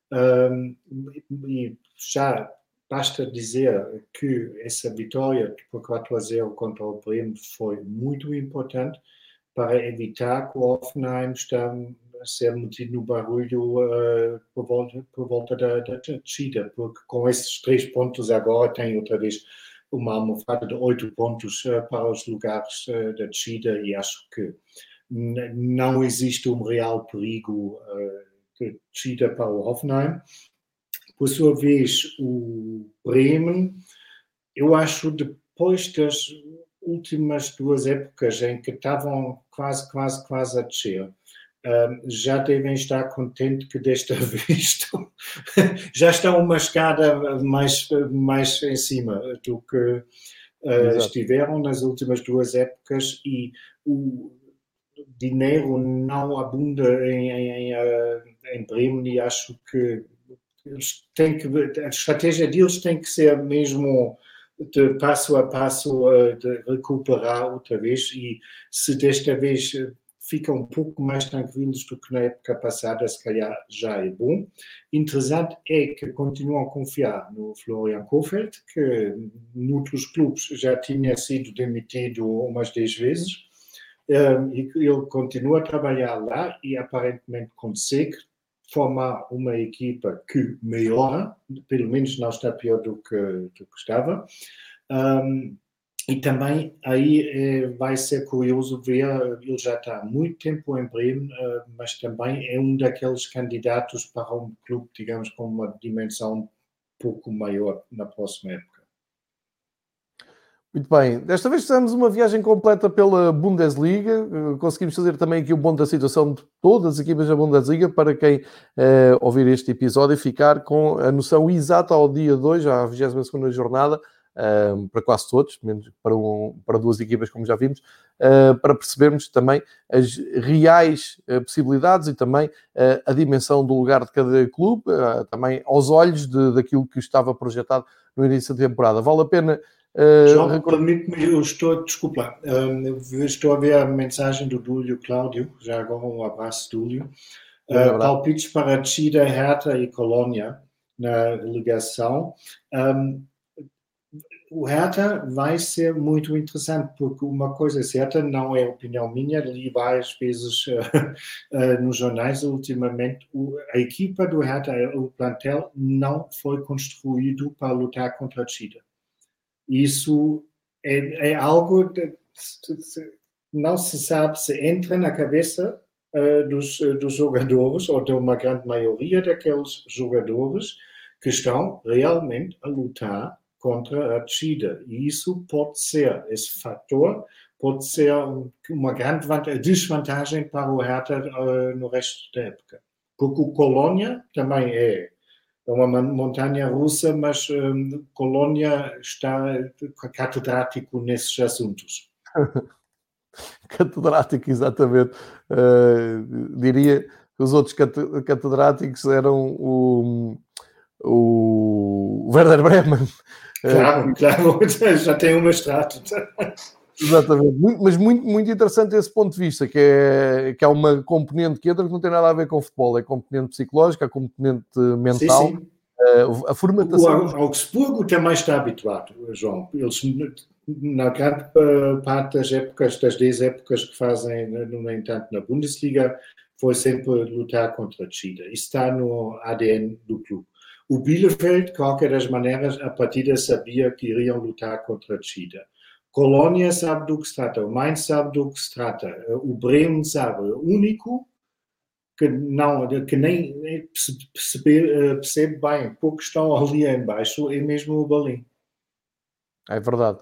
e já basta dizer que essa vitória por 4-0 contra o Bremen foi muito importante para evitar que o Hoffenheim está a ser metido no barulho por volta da descida, porque com esses 3 pontos agora tem outra vez uma almofada de 8 pontos para os lugares da descida, e acho que não existe um real perigo de descida para o Hoffenheim. Por sua vez, o Bremen, eu acho, depois das últimas 2 épocas em que estavam quase a descer, já devem estar contentes que desta vez já estão uma escada mais em cima do que estiveram nas últimas 2 épocas, e o dinheiro não abunda em Bremen, e acho que a estratégia deles tem que ser mesmo de passo a passo de recuperar outra vez, e se desta vez ficam um pouco mais tranquilos do que na época passada, se calhar já é bom. Interessante é que continuam a confiar no Florian Kohfeldt, que noutros clubes já tinha sido demitido umas 10 vezes, e ele continua a trabalhar lá e aparentemente consegue formar uma equipa que melhora, pelo menos não está pior do que estava. E também aí vai ser curioso ver, ele já está há muito tempo em Bremen, mas também é um daqueles candidatos para um clube, digamos, com uma dimensão um pouco maior na próxima época. Muito bem, desta vez fizemos uma viagem completa pela Bundesliga, conseguimos fazer também aqui um ponto da situação de todas as equipas da Bundesliga, para quem ouvir este episódio e ficar com a noção exata ao dia 2, à 22ª jornada, para quase todos, menos para duas equipas, como já vimos, para percebermos também as reais possibilidades e também a dimensão do lugar de cada clube, também aos olhos daquilo que estava projetado no início da temporada. Vale a pena... João, permite-me, desculpa, estou a ver a mensagem do Dúlio Cláudio, já agora um abraço, Dúlio. Palpites para Chida, Hertha e Colónia na relegação. O Hertha vai ser muito interessante, porque uma coisa certa, não é opinião minha, li várias vezes nos jornais ultimamente, a equipa do Hertha, o plantel, não foi construído para lutar contra a Chida. Isso é algo que não se sabe se entra na cabeça dos jogadores, ou de uma grande maioria daqueles jogadores que estão realmente a lutar contra a descida. E isso pode ser, esse fator pode ser uma grande desvantagem para o Hertha no resto da época. Porque o Colónia também é uma montanha russa, mas Colónia está catedrático nesses assuntos. Catedrático, exatamente. Diria que os outros catedráticos eram o Werder Bremen. Claro, já tem um mestrado. Exatamente, mas muito interessante esse ponto de vista, que é uma componente que entra que não tem nada a ver com futebol, é componente psicológica, a componente mental. Sim. A formatação... O Augsburgo também está habituado, João. Eles, na grande parte das 10 épocas que fazem, no entanto, na Bundesliga, foi sempre lutar contra a descida. Isso está no ADN do clube. O Bielefeld, de qualquer das maneiras, a partida sabia que iriam lutar contra a descida. Colónia sabe do que se trata, o Mainz sabe do que se trata, o Bremen sabe. O único que nem percebe bem porque estão ali em baixo é mesmo o Berlim. É verdade.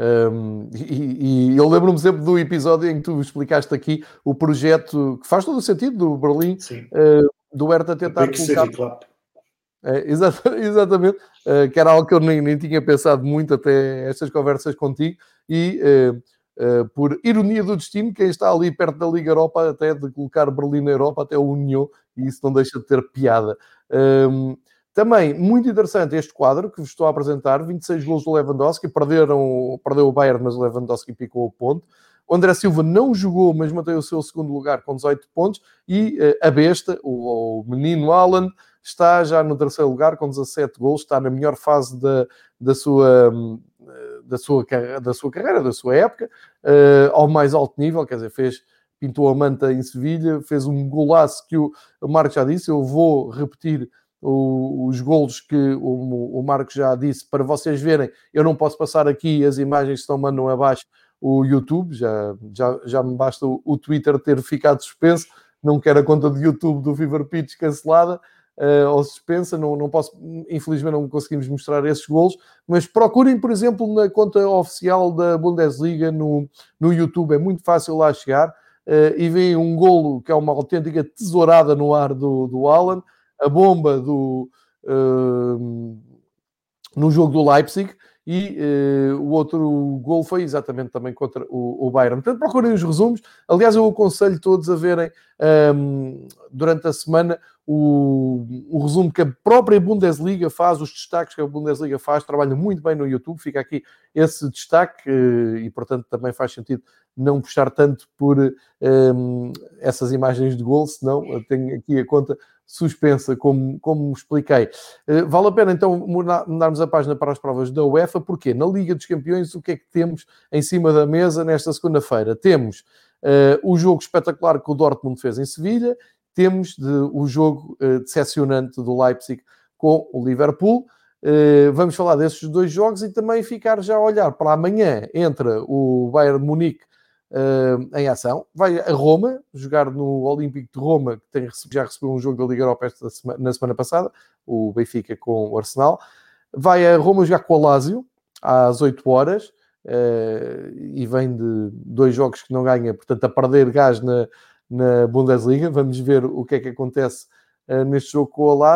E eu lembro-me sempre do episódio em que tu explicaste aqui o projeto, que faz todo o sentido, do Berlim, do Hertha tentar colocar... Exatamente, que era algo que eu nem tinha pensado muito até estas conversas contigo, e por ironia do destino, quem está ali perto da Liga Europa, até de colocar Berlim na Europa, até o União, e isso não deixa de ter piada. Também, muito interessante este quadro que vos estou a apresentar, 26 golos do Lewandowski, perdeu o Bayern, mas o Lewandowski picou o ponto. O André Silva não jogou, mas manteve o seu segundo lugar com 18 pontos, e a besta, o menino Haaland, está já no terceiro lugar com 17 golos, está na melhor fase da sua carreira, da sua época, ao mais alto nível, quer dizer, pintou a manta em Sevilha, fez um golaço que o Marcos já disse. Eu vou repetir os golos que o Marcos já disse para vocês verem. Eu não posso passar aqui as imagens, senão mandam abaixo o YouTube, já me basta o Twitter ter ficado suspenso, não quero a conta do YouTube do Fever Pitch cancelada ou suspensa, não posso, infelizmente não conseguimos mostrar esses golos, mas procurem, por exemplo, na conta oficial da Bundesliga no YouTube, é muito fácil lá chegar, e veem um golo que é uma autêntica tesourada no ar do Haaland, a bomba no jogo do Leipzig, e o outro gol foi exatamente também contra o Bayern. Portanto, procurem os resumos. Aliás, eu aconselho todos a verem durante a semana o resumo que a própria Bundesliga faz, os destaques que a Bundesliga faz, trabalha muito bem no YouTube, fica aqui esse destaque e, portanto, também faz sentido não puxar tanto por essas imagens de gol, senão eu tenho aqui a conta suspensa, como expliquei. Vale a pena, então, mudarmos a página para as provas da UEFA, porque na Liga dos Campeões, o que é que temos em cima da mesa nesta segunda-feira? Temos o jogo espetacular que o Dortmund fez em Sevilha, temos o jogo decepcionante do Leipzig com o Liverpool. Vamos falar desses dois jogos e também ficar já a olhar para amanhã. Entra o Bayern de Munique em ação, vai a Roma jogar no Olímpico de Roma, que já recebeu um jogo da Liga Europa na semana passada, o Benfica com o Arsenal. Vai a Roma jogar com o Lazio às 8 horas e vem de 2 jogos que não ganha, portanto a perder gás na Bundesliga. Vamos ver o que é que acontece neste jogo com o Lazio.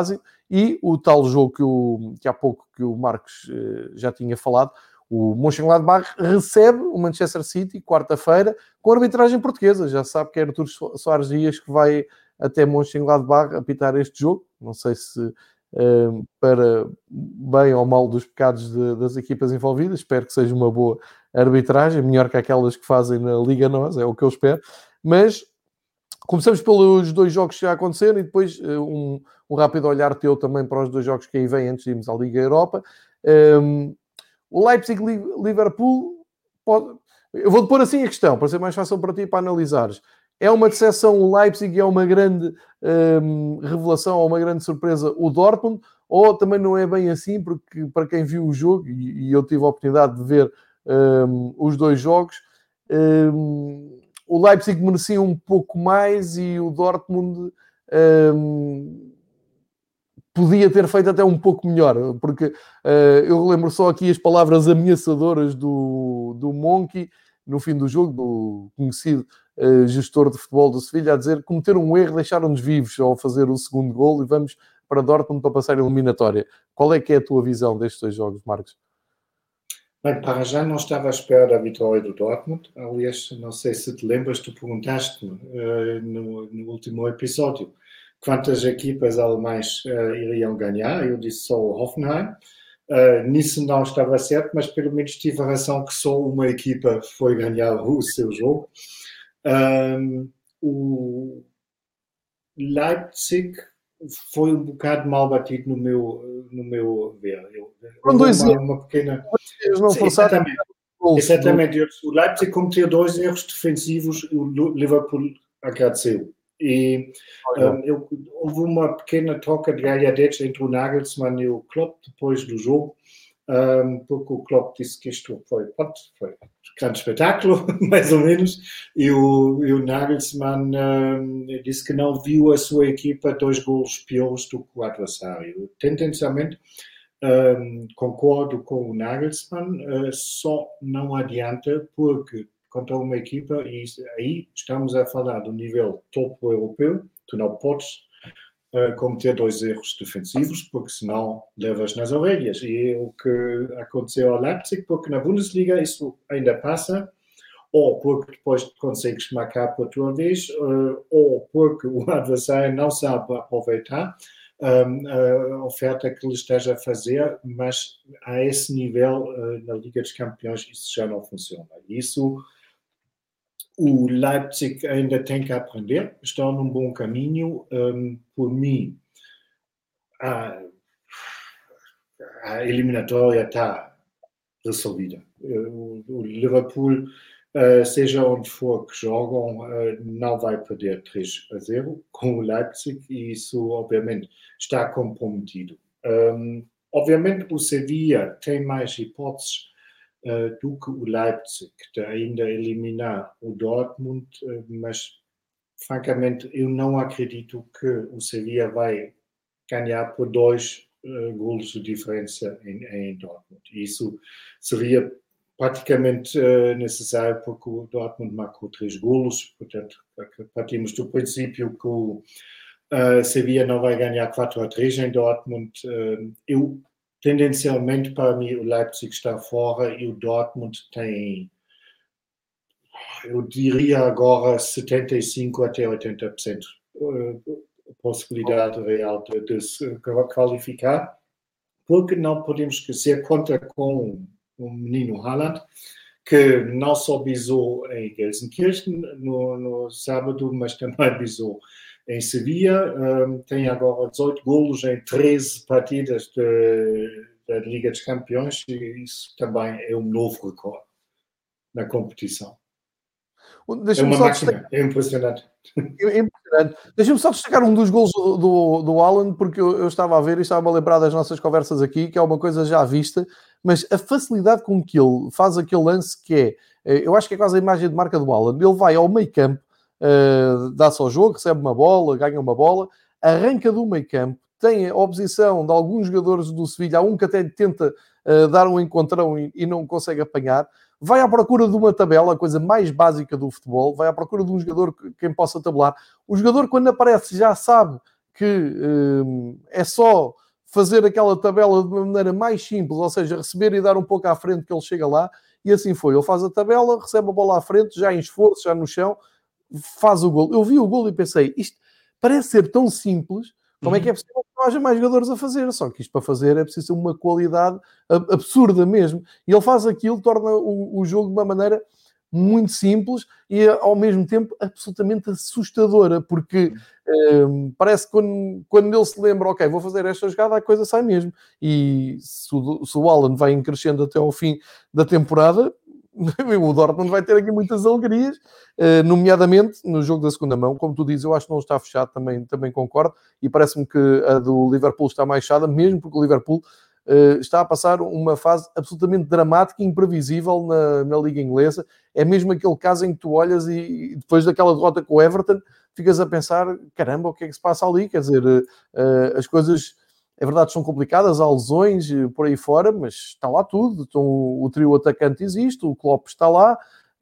e o tal jogo que há pouco que o Marcos já tinha falado, o Mönchengladbach recebe o Manchester City quarta-feira com arbitragem portuguesa. Já sabe que é Artur Soares Dias que vai até Mönchengladbach apitar este jogo. Não sei se para bem ou mal dos pecados das equipas envolvidas. Espero que seja uma boa arbitragem, melhor que aquelas que fazem na Liga NOS, é o que eu espero. Mas começamos pelos 2 jogos que já aconteceram e depois um rápido olhar teu também para os 2 jogos que aí vêm antes de irmos à Liga Europa. O Leipzig-Liverpool eu vou-te pôr assim a questão, para ser mais fácil para ti para analisares. É uma decepção o Leipzig e é uma grande revelação ou uma grande surpresa o Dortmund, ou também não é bem assim, porque para quem viu o jogo, e eu tive a oportunidade de ver os 2 jogos, o Leipzig merecia um pouco mais e o Dortmund podia ter feito até um pouco melhor, porque eu lembro só aqui as palavras ameaçadoras do Monchi no fim do jogo, do conhecido gestor de futebol do Sevilha, a dizer que cometeram um erro, deixaram-nos vivos ao fazer o segundo gol e vamos para Dortmund para passar a eliminatória. Qual é que é a tua visão destes 2 jogos, Marcos? Bem, para já não estava à espera da vitória do Dortmund. Aliás, não sei se te lembras, tu perguntaste-me no último episódio quantas equipas alemãs iriam ganhar. Eu disse só o Hoffenheim. Nisso não estava certo, mas pelo menos tive a razão que só uma equipa foi ganhar o seu jogo. O Leipzig foi um bocado mal batido no meu ver. Uma pequena... Exatamente. O Leipzig cometeu 2 erros defensivos e o Liverpool agradeceu. E houve uma pequena troca de galhadetes entre o Nagelsmann e o Klopp depois do jogo, porque o Klopp disse que isto foi um grande espetáculo, mais ou menos, e o Nagelsmann disse que não viu a sua equipa 2 golos piores do que o adversário. Tendencialmente, concordo com o Nagelsmann, só não adianta porque contra uma equipa, e aí estamos a falar do nível topo europeu, tu não podes cometer 2 erros defensivos, porque senão levas nas orelhas. E é o que aconteceu ao Leipzig, porque na Bundesliga isso ainda passa, ou porque depois consegues marcar por tua vez, ou porque o adversário não sabe aproveitar a oferta que lhe esteja a fazer, mas a esse nível, na Liga dos Campeões, isso já não funciona. Isso o Leipzig ainda tem que aprender, está num bom caminho. Por mim, a eliminatória está resolvida. O Liverpool, seja onde for que jogam, não vai perder 3-0 com o Leipzig e isso, obviamente, está comprometido. Obviamente, o Sevilla tem mais hipóteses do que o Leipzig, de ainda eliminar o Dortmund, mas, francamente, eu não acredito que o Sevilla vai ganhar por 2 golos de diferença em Dortmund. Isso seria praticamente necessário porque o Dortmund marcou 3 golos, portanto, partimos do princípio que o Sevilla não vai ganhar 4-3 em Dortmund. Tendencialmente, para mim, o Leipzig está fora e o Dortmund tem, eu diria agora, 75% até 80% possibilidade real de se qualificar, porque não podemos esquecer, conta com o menino Haaland, que não só bisou em Gelsenkirchen no sábado, mas também bisou em Sevilla. Tem agora 18 golos em 13 partidas da Liga dos Campeões e isso também é um novo recorde na competição. É uma máquina, é impressionante. É impressionante. Deixa-me só destacar um dos golos do Haaland, porque eu estava a ver e estava a lembrar das nossas conversas aqui, que é uma coisa já vista, mas a facilidade com que ele faz aquele lance que eu acho que é quase a imagem de marca do Haaland. Ele vai ao meio campo, dá-se ao jogo, recebe uma bola, ganha uma bola, arranca do meio campo, tem a oposição de alguns jogadores do Sevilha, há um que até tenta dar um encontrão e não consegue apanhar, vai à procura de uma tabela, a coisa mais básica do futebol, vai à procura de um jogador quem possa tabelar. O jogador, quando aparece, já sabe que é só fazer aquela tabela de uma maneira mais simples, ou seja, receber e dar um pouco à frente que ele chega lá, e assim foi. Ele faz a tabela, recebe a bola à frente, já em esforço, já no chão, faz o gol. Eu vi o gol e pensei, isto parece ser tão simples, como é que é possível que não haja mais jogadores a fazer? Só que isto para fazer é preciso ter uma qualidade absurda mesmo. E ele faz aquilo, torna o jogo de uma maneira muito simples e ao mesmo tempo absolutamente assustadora, porque parece que quando ele se lembra, ok, vou fazer esta jogada, a coisa sai mesmo. E se o Haaland vai crescendo até ao fim da temporada, o Dortmund vai ter aqui muitas alegrias, nomeadamente no jogo da segunda mão. Como tu dizes, eu acho que não está fechado, também concordo, e parece-me que a do Liverpool está mais fechada, mesmo porque o Liverpool está a passar uma fase absolutamente dramática e imprevisível na Liga Inglesa. É mesmo aquele caso em que tu olhas e depois daquela derrota com o Everton, ficas a pensar, caramba, o que é que se passa ali? Quer dizer, as coisas, é verdade, são complicadas, há lesões por aí fora, mas está lá tudo. Então, o trio atacante existe, o Klopp está lá,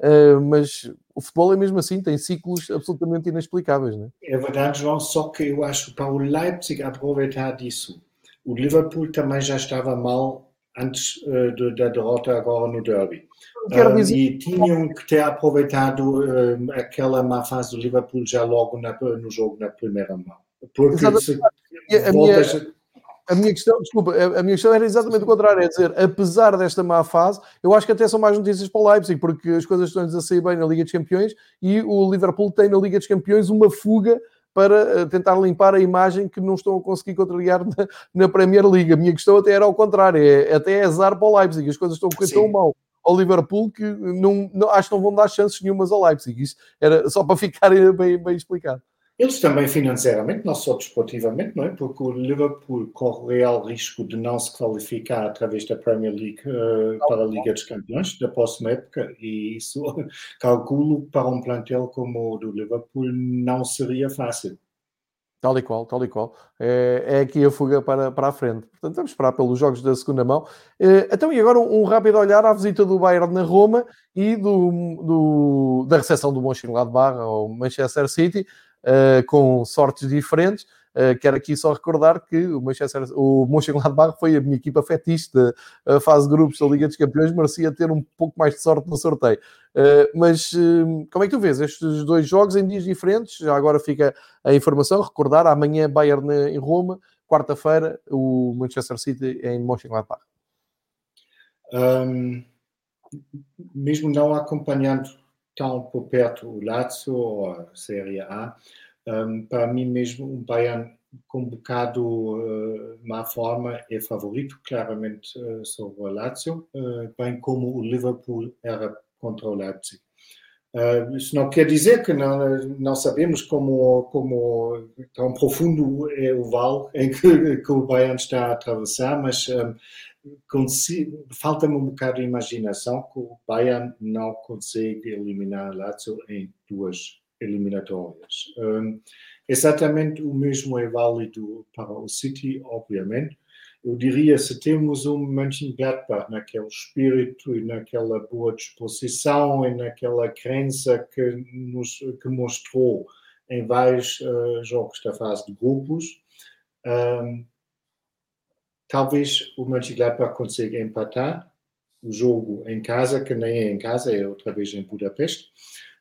mas o futebol é mesmo assim, tem ciclos absolutamente inexplicáveis, não é? É verdade, João, só que eu acho que para o Leipzig aproveitar disso, o Liverpool também já estava mal antes da derrota agora no derby. Quero dizer... E tinham que ter aproveitado aquela má fase do Liverpool já logo no jogo, na primeira mão. Porque se voltas... A minha questão era exatamente o contrário, é dizer, apesar desta má fase, eu acho que até são mais notícias para o Leipzig, porque as coisas estão-lhes a sair bem na Liga dos Campeões e o Liverpool tem na Liga dos Campeões uma fuga para tentar limpar a imagem que não estão a conseguir contrariar na Premier League. A minha questão até era ao contrário, até azar para o Leipzig, as coisas estão a correr tão mal ao Liverpool que acho que não vão dar chances nenhumas ao Leipzig. Isso era só para ficar bem explicado. Eles também financeiramente, não só desportivamente, não é? Porque o Liverpool corre real risco de não se qualificar através da Premier League para a Liga dos Campeões da próxima época, e isso, calculo, para um plantel como o do Liverpool não seria fácil. Tal e qual. É aqui a fuga para a frente. Portanto, vamos esperar pelos jogos da segunda mão. Então, e agora um rápido olhar à visita do Bayern na Roma e da recepção do Mönchengladbach ao Manchester City, com sortes diferentes. Quero aqui só recordar que o Mönchengladbach foi a minha equipa fetiche da fase de grupos da Liga dos Campeões, merecia ter um pouco mais de sorte no sorteio. Mas como é que tu vês estes dois jogos em dias diferentes? Já agora fica a informação, recordar, amanhã Bayern em Roma, quarta-feira o Manchester City em Mönchengladbach. Mesmo não acompanhando tão por perto o Lazio ou a Série A, para mim mesmo o Bayern com um bocado má forma é favorito, claramente sobre o Lazio, bem como o Liverpool era contra o Leipzig. Isso não quer dizer que não sabemos como tão profundo é o vale em que o Bayern está a atravessar, mas falta-me um bocado de imaginação que o Bayern não consegue eliminar o Lazio em duas eliminatórias. Exatamente o mesmo é válido para o City, obviamente. Eu diria, se temos um Mönchengladbach naquele espírito e naquela boa disposição e naquela crença que mostrou em vários jogos da fase de grupos, talvez o Mönchengladbach consiga empatar o jogo em casa, que nem é em casa, é outra vez em Budapeste.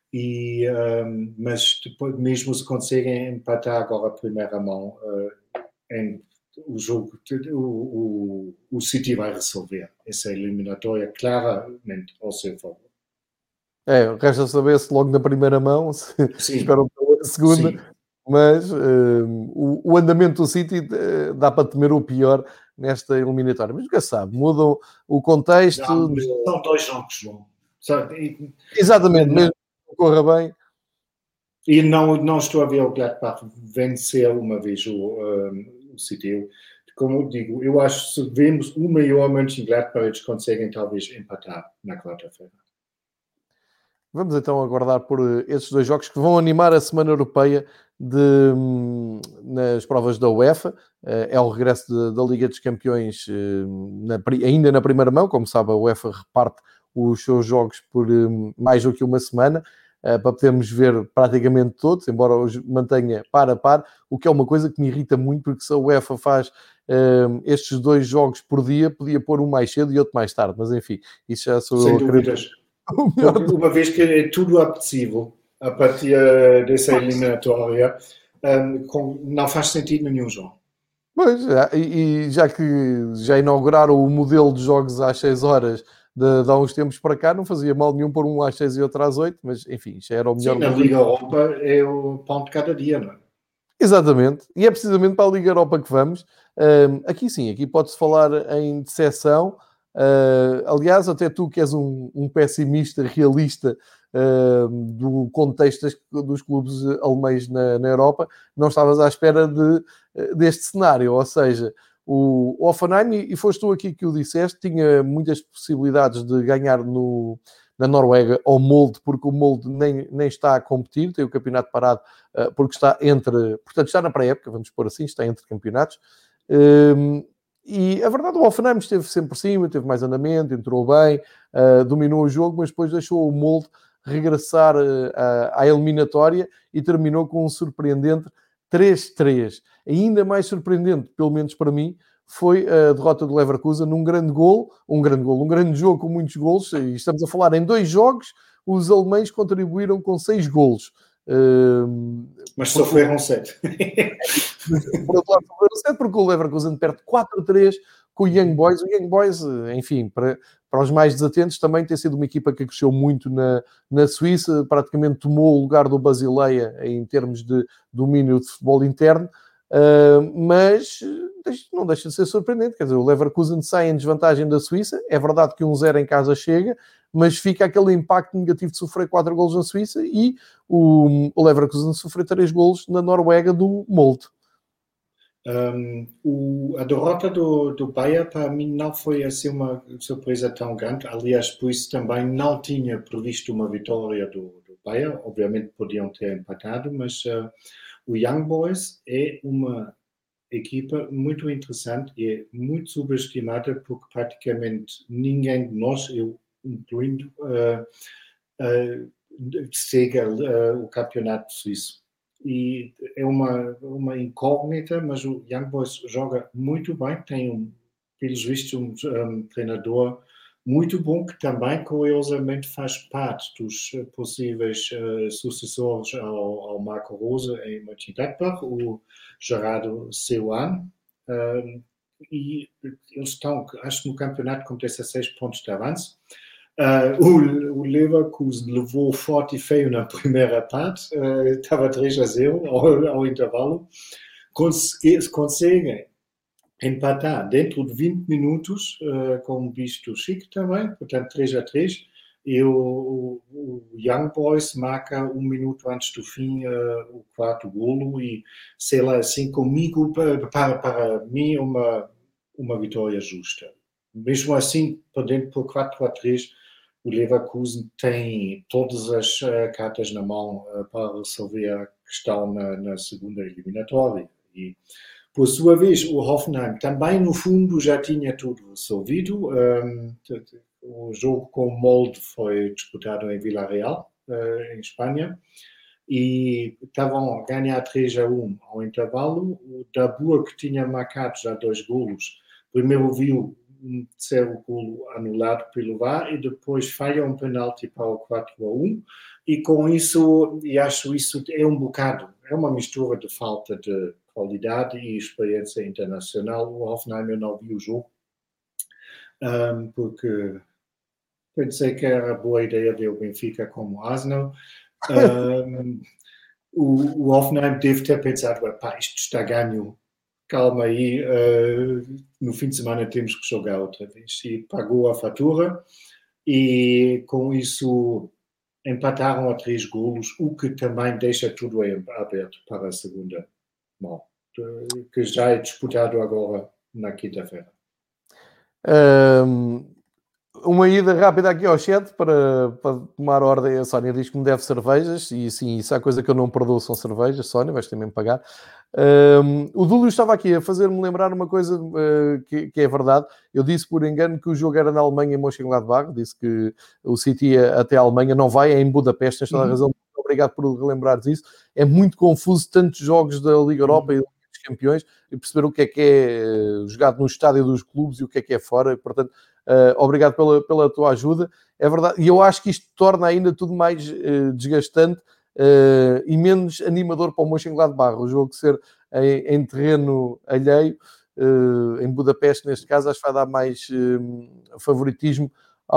Mas depois, mesmo se conseguem empatar agora a primeira mão, o jogo, o City vai resolver essa eliminatória claramente ao seu favor. Resta saber se logo na primeira mão, se esperam pela segunda. Sim. Mas o andamento do City dá para temer o pior nesta eliminatória. Mas nunca sabe, mudam o contexto. Não, são dois jogos, João. Exatamente, mesmo que corra bem. E não estou a ver o Gladbach vencer uma vez o City. Como eu digo, eu acho que se vemos o maior Mönchengladbach, eles conseguem talvez empatar na quarta-feira. Vamos então aguardar por esses dois jogos que vão animar a Semana Europeia nas provas da UEFA. É o regresso da Liga dos Campeões ainda na primeira mão. Como sabe, a UEFA reparte os seus jogos por mais do que uma semana. para podermos ver praticamente todos, embora hoje mantenha par a par, o que é uma coisa que me irrita muito, porque se a UEFA faz estes 2 jogos por dia, podia pôr um mais cedo e outro mais tarde, mas enfim, isso já sou Sem eu a querer. dúvidas. Uma vez que é tudo apetecível a partir dessa eliminatória, não faz sentido nenhum jogo. Pois, e já que já inauguraram o modelo de jogos às 6 horas de há uns tempos para cá, não fazia mal nenhum pôr um às 6 e outro às 8, mas enfim, já era o melhor Sim, na modelo. Liga Europa é o pão de cada dia, não é? Exatamente, e é precisamente para a Liga Europa que vamos. Aqui sim, aqui pode-se falar em decepção. Aliás, até tu que és um pessimista realista do contexto dos clubes alemães na Europa, não estavas à espera deste cenário, ou seja, o Hoffenheim, e foste tu aqui que o disseste, tinha muitas possibilidades de ganhar na Noruega ao Molde, porque o Molde nem está a competir, tem o campeonato parado porque portanto está na pré-época, vamos pôr assim, está entre campeonatos. E a verdade, o Hoffenheim esteve sempre por cima, teve mais andamento, entrou bem, dominou o jogo, mas depois deixou o Molde regressar à eliminatória e terminou com um surpreendente 3-3. Ainda mais surpreendente, pelo menos para mim, foi a derrota do Leverkusen num grande jogo com muitos golos, e estamos a falar em 2 jogos, os alemães contribuíram com 6 golos. Mas sofreram 7. Por outro lado, sofreram 7 porque o Leverkusen perde 4-3 com o Young Boys. O Young Boys, enfim, para os mais desatentos, também tem sido uma equipa que cresceu muito na Suíça, praticamente tomou o lugar do Basileia em termos de domínio de futebol interno, mas não deixa de ser surpreendente. Quer dizer, o Leverkusen sai em desvantagem da Suíça. É verdade que 1-0 em casa chega, mas fica aquele impacto negativo de sofrer 4 golos na Suíça e o Leverkusen sofreu 3 golos na Noruega do Molde. A derrota do Bayern para mim não foi assim uma surpresa tão grande. Aliás, por isso também não tinha previsto uma vitória do Bayern. Obviamente podiam ter empatado, mas o Young Boys é uma equipa muito interessante e é muito subestimada porque praticamente ninguém de nós, eu incluindo, segue o campeonato suíço. E é uma incógnita, mas o Young Boys joga muito bem, tem, pelos vistos, um treinador muito bom, que também, curiosamente, faz parte dos possíveis sucessores ao Marco Rose em Mönchengladbach, o Gerardo Seuan. E eles estão, acho que no campeonato com 16 pontos de avanço. O Leverkusen levou forte e feio na primeira parte, estava 3-0 ao intervalo. Conseguem empatar dentro de 20 minutos, com um visto chique também, portanto 3-3. E o Young Boys marca 1 minuto antes do fim o 4º golo e, sei lá, assim, comigo, para mim, uma vitória justa. Mesmo assim, perdendo por 4-3, o Leverkusen tem todas as cartas na mão para resolver a questão na segunda eliminatória. E, por sua vez, o Hoffenheim também, no fundo, já tinha tudo resolvido. O jogo com o Molde foi disputado em Vila Real, em Espanha, e estavam a ganhar 3-1 ao intervalo. O Dabur, que tinha marcado já 2 golos, primeiro viu um terceiro golo anulado pelo VAR e depois falha um penalti para o 4-1, e com isso, e acho isso é um bocado, é uma mistura de falta de qualidade e experiência internacional. O Hoffenheim, eu não vi o jogo, porque pensei que era boa ideia ver o Benfica como Arsenal. O Hoffenheim deve ter pensado, isto está ganho, calma aí, no fim de semana temos que jogar outra vez. E pagou a fatura, e com isso empataram a 3 golos, o que também deixa tudo aberto para a segunda mão, que já é disputado agora na quinta-feira. uma ida rápida aqui ao chat para tomar ordem. A Sónia diz que me deve cervejas, e sim, isso é a coisa que eu não perdoo, são cervejas. Sónia, vais ter mesmo pagar. O Dúlio estava aqui a fazer-me lembrar uma coisa que é verdade. Eu disse por engano que o jogo era na Alemanha, em Mönchengladbach. Disse que o City até a Alemanha não vai, é em Budapeste. Tens toda a razão. Obrigado por relembrares isso. É muito confuso tantos jogos da Liga Europa e da Liga dos Campeões e perceber o que é jogado no estádio dos clubes e o que é fora. Portanto, obrigado pela tua ajuda. É verdade. E eu acho que isto torna ainda tudo mais desgastante e menos animador para o Mönchengladbach. O jogo ser em terreno alheio, em Budapeste, neste caso, acho que vai dar mais favoritismo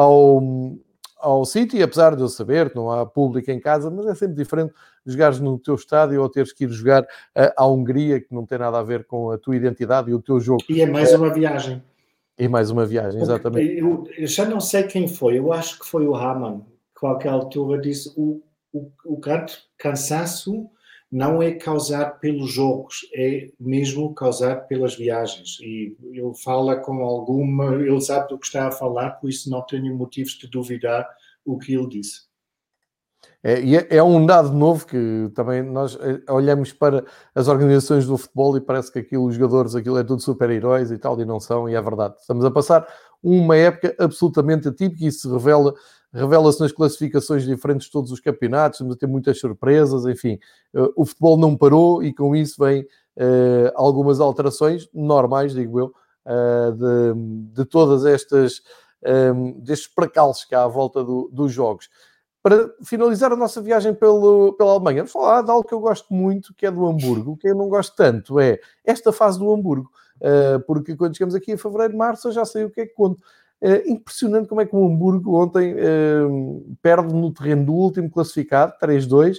ao City, apesar de eu saber que não há público em casa, mas é sempre diferente jogares no teu estádio ou teres que ir jogar à Hungria, que não tem nada a ver com a tua identidade e o teu jogo. E é mais uma viagem. E mais uma viagem, exatamente. Eu já não sei quem foi, eu acho que foi o Hamann, que a qualquer altura disse o grande cansaço não é causado pelos jogos, é mesmo causado pelas viagens. E ele fala com alguma... Ele sabe do que está a falar, por isso não tenho motivos de duvidar o que ele disse. É um dado novo que também nós olhamos para as organizações do futebol e parece que os jogadores, aquilo é tudo super-heróis e tal, e não são, e é verdade. Estamos a passar uma época absolutamente atípica e isso revela-se nas classificações diferentes de todos os campeonatos, estamos a ter muitas surpresas, enfim. O futebol não parou e com isso vem algumas alterações normais, digo eu, de todas estas destes percalços que há à volta dos jogos. Para finalizar a nossa viagem pela Alemanha, vamos falar de algo que eu gosto muito, que é do Hamburgo. O que eu não gosto tanto é esta fase do Hamburgo, porque quando chegamos aqui em fevereiro, março, eu já sei o que é que conto. Impressionante como é que o Hamburgo ontem perde no terreno do último classificado, 3-2,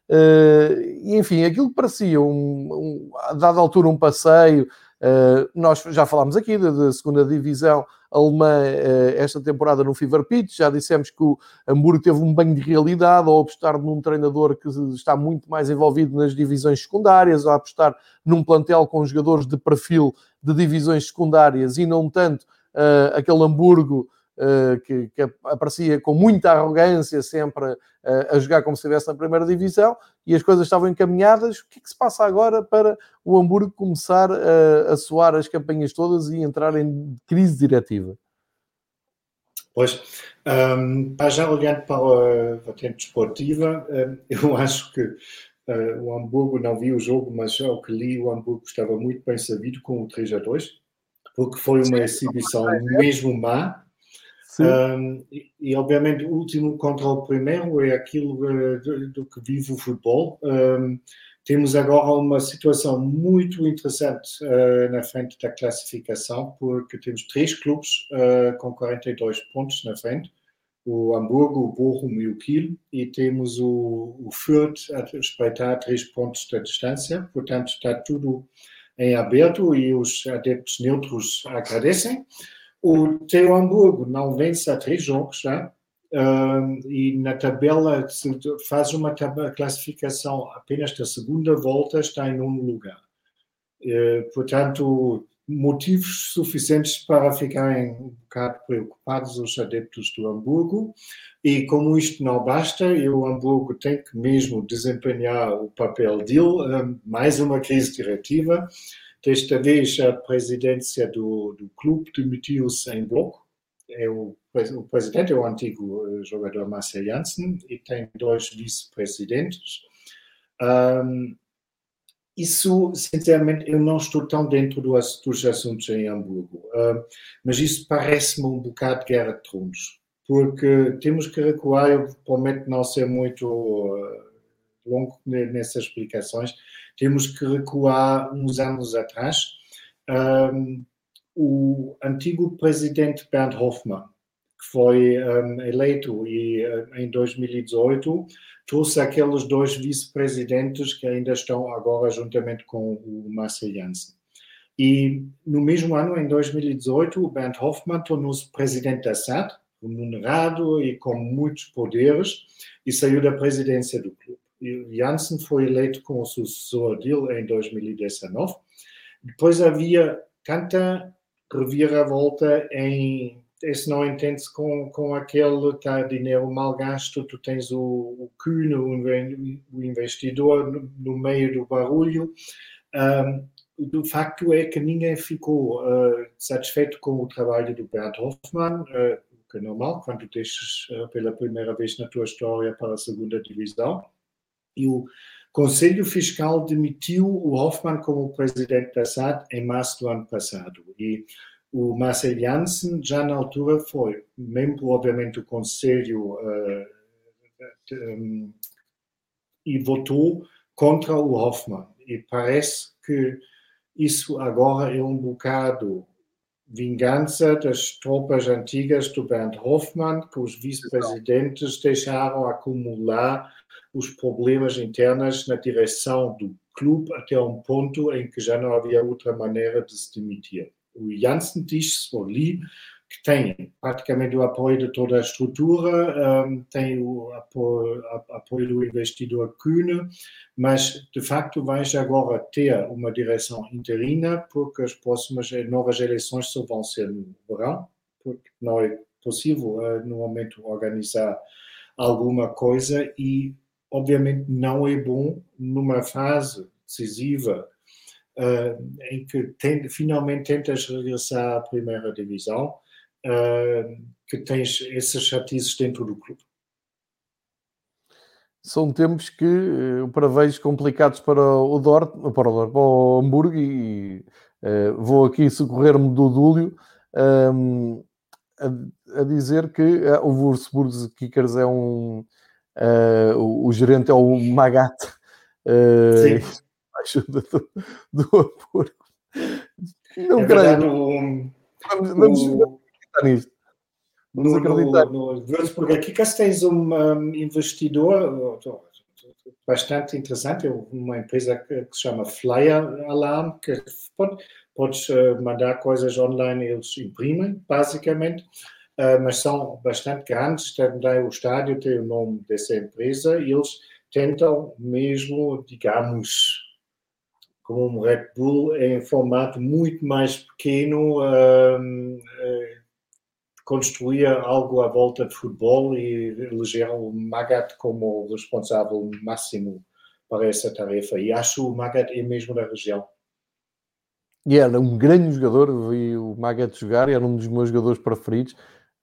e enfim, aquilo que parecia a dada altura um passeio. Nós já falámos aqui da segunda divisão alemã esta temporada no Fever Pitch, já dissemos que o Hamburgo teve um banho de realidade ao apostar num treinador que está muito mais envolvido nas divisões secundárias, ao apostar num plantel com jogadores de perfil de divisões secundárias e não tanto aquele Hamburgo que aparecia com muita arrogância sempre a jogar como se estivesse na primeira divisão e as coisas estavam encaminhadas. O que é que se passa agora para o Hamburgo começar a soar as campanhas todas e entrar em crise diretiva? Pois, para já olhando para a vertente desportiva, eu acho que o Hamburgo, não vi o jogo, mas ao que li, o Hamburgo estava muito bem sabido com o 3-2, porque foi uma exibição mesmo má. E obviamente o último contra o primeiro é aquilo do que vive o futebol. Temos agora uma situação muito interessante na frente da classificação, porque temos 3 clubes com 42 pontos na frente, o Hamburgo, o Bochum e o Kiel, e temos o Fürth a espreitar 3 pontos da distância, portanto está tudo em aberto e os adeptos neutros agradecem. O Teo Hamburgo não vence há 3 jogos já, e na tabela faz uma classificação apenas da segunda volta, está em 9º lugar. Portanto, motivos suficientes para ficarem um bocado preocupados os adeptos do Hamburgo. E como isto não basta, e o Hamburgo tem que mesmo desempenhar o papel dele, mais uma crise diretiva. Desta vez a presidência do clube demitiu-se em bloco. O presidente é o antigo jogador Marcel Janssen e tem 2 vice-presidentes. Isso, sinceramente, eu não estou tão dentro dos assuntos em Hamburgo, mas isso parece-me um bocado de guerra de tronos, porque temos que recuar, eu prometo não ser muito longo nessas explicações, temos que recuar uns anos atrás. O antigo presidente Bernd Hoffmann, que foi eleito em 2018, trouxe aqueles 2 vice-presidentes que ainda estão agora juntamente com o Marcel Janssen. E no mesmo ano, em 2018, o Bernd Hoffmann tornou-se presidente da SAD, remunerado e com muitos poderes, e saiu da presidência do clube. E Janssen foi eleito como sucessor dele em 2019. Depois havia tanta reviravolta em esse não entende-se com aquele dinheiro mal gasto. Tu tens o Kühne, o investidor, no meio do barulho. O facto é que ninguém ficou satisfeito com o trabalho do Bernd Hoffmann, que é normal, quando deixas pela primeira vez na tua história para a segunda divisão. E o Conselho Fiscal demitiu o Hoffmann como presidente da SAD em março do ano passado. E o Marcel Janssen, já na altura, foi membro, obviamente, do Conselho e votou contra o Hoffmann. E parece que isso agora é um bocado vingança das tropas antigas do Bernd Hoffmann, que os vice-presidentes deixaram acumular os problemas internos na direção do clube até um ponto em que já não havia outra maneira de se demitir. O Janssen diz-se, ou li, que tem praticamente o apoio de toda a estrutura, tem o apoio do investidor Kühne, mas de facto vais agora ter uma direção interina, porque as próximas novas eleições só vão ser no verão, porque não é possível no momento organizar alguma coisa e obviamente não é bom numa fase decisiva em que finalmente tentas regressar à primeira divisão, que tens essas chatices dentro do clube. São tempos que eu prevejo complicados para o Hamburgo e vou aqui socorrer-me do Dúlio a dizer que o Würzburg Kickers é o gerente é o Magat ajuda do Hamburgo. Não creio. Vamos acreditar nisto. Vamos acreditar. No Würzburg Kickers tens um investidor bastante interessante, uma empresa que se chama Flyer Alarm, que podes mandar coisas online e eles imprimem, basicamente, mas são bastante grandes. Também o estádio tem o nome dessa empresa e eles tentam mesmo, digamos, como um Red Bull, em formato muito mais pequeno, construir algo à volta de futebol e eleger o Magat como o responsável máximo para essa tarefa. E acho que o Magat é mesmo da região. E era um grande jogador, vi o Magat jogar, era um dos meus jogadores preferidos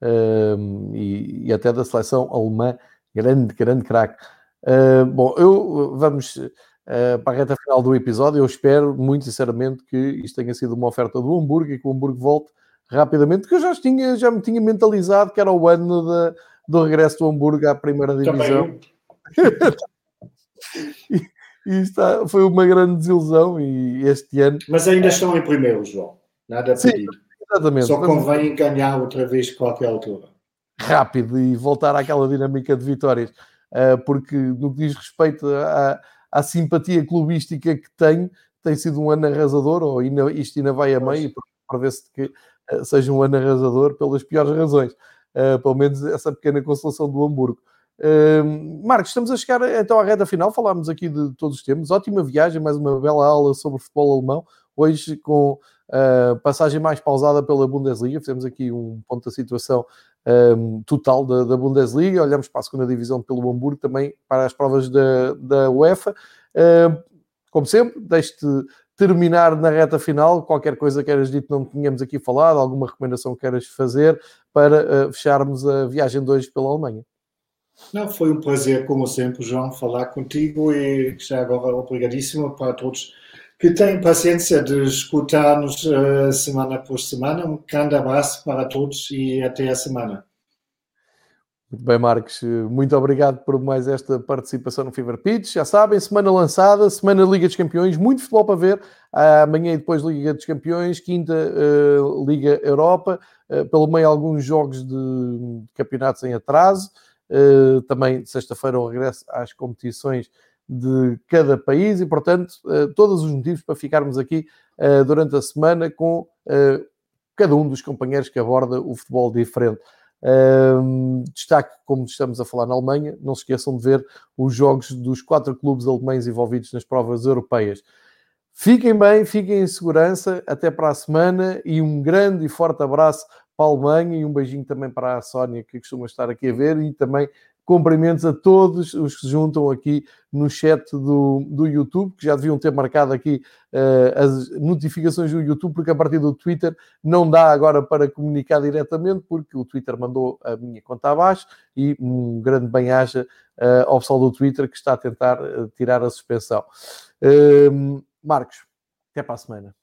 e até da seleção alemã, grande craque. Bom, vamos para a reta final do episódio. Eu espero, muito sinceramente, que isto tenha sido uma oferta do Hamburgo e que o Hamburgo volte rapidamente, porque eu já me tinha mentalizado que era o ano do regresso do Hamburgo à primeira divisão. E foi uma grande desilusão e este ano... Mas ainda estão em primeiro, João. Nada a pedir. Sim, exatamente. Só convém ganhar outra vez a qualquer altura. Rápido e voltar àquela dinâmica de vitórias. Porque no que diz respeito à simpatia clubística que tem sido um ano arrasador, ou isto ainda vai a meio, para ver-se que seja um ano arrasador pelas piores razões. Pelo menos essa pequena consolação do Hamburgo. Marcos, estamos a chegar então à reta final. Falámos aqui de todos os temas. Ótima viagem, mais uma bela aula sobre futebol alemão. Hoje com passagem mais pausada pela Bundesliga. Fizemos aqui um ponto da situação total da Bundesliga. Olhamos para a segunda divisão pelo Hamburgo, também para as provas da UEFA. Como sempre, deixo-te terminar na reta final. Qualquer coisa que queiras dito não tínhamos aqui falado, alguma recomendação que queiras fazer para fecharmos a viagem de hoje pela Alemanha. Não, foi um prazer, como sempre, João, falar contigo e já agora obrigadíssimo para todos que têm paciência de escutar-nos semana por semana. Um grande abraço para todos e até a semana. Muito bem, Marcos. Muito obrigado por mais esta participação no Fever Pitch. Já sabem, semana lançada, semana Liga dos Campeões, muito futebol para ver. Amanhã e depois Liga dos Campeões, quinta Liga Europa, pelo meio alguns jogos de campeonatos em atraso. Também sexta-feira o regresso às competições de cada país e, portanto, todos os motivos para ficarmos aqui durante a semana com cada um dos companheiros que aborda o futebol diferente. Destaque, como estamos a falar na Alemanha, não se esqueçam de ver os jogos dos 4 clubes alemães envolvidos nas provas europeias. Fiquem bem, fiquem em segurança, até para a semana e um grande e forte abraço para a Alemanha, e um beijinho também para a Sónia, que costuma estar aqui a ver, e também cumprimentos a todos os que se juntam aqui no chat do YouTube, que já deviam ter marcado aqui as notificações do YouTube, porque a partir do Twitter não dá agora para comunicar diretamente, porque o Twitter mandou a minha conta abaixo, e um grande bem-aja ao pessoal do Twitter que está a tentar tirar a suspensão. Marcos, até para a semana.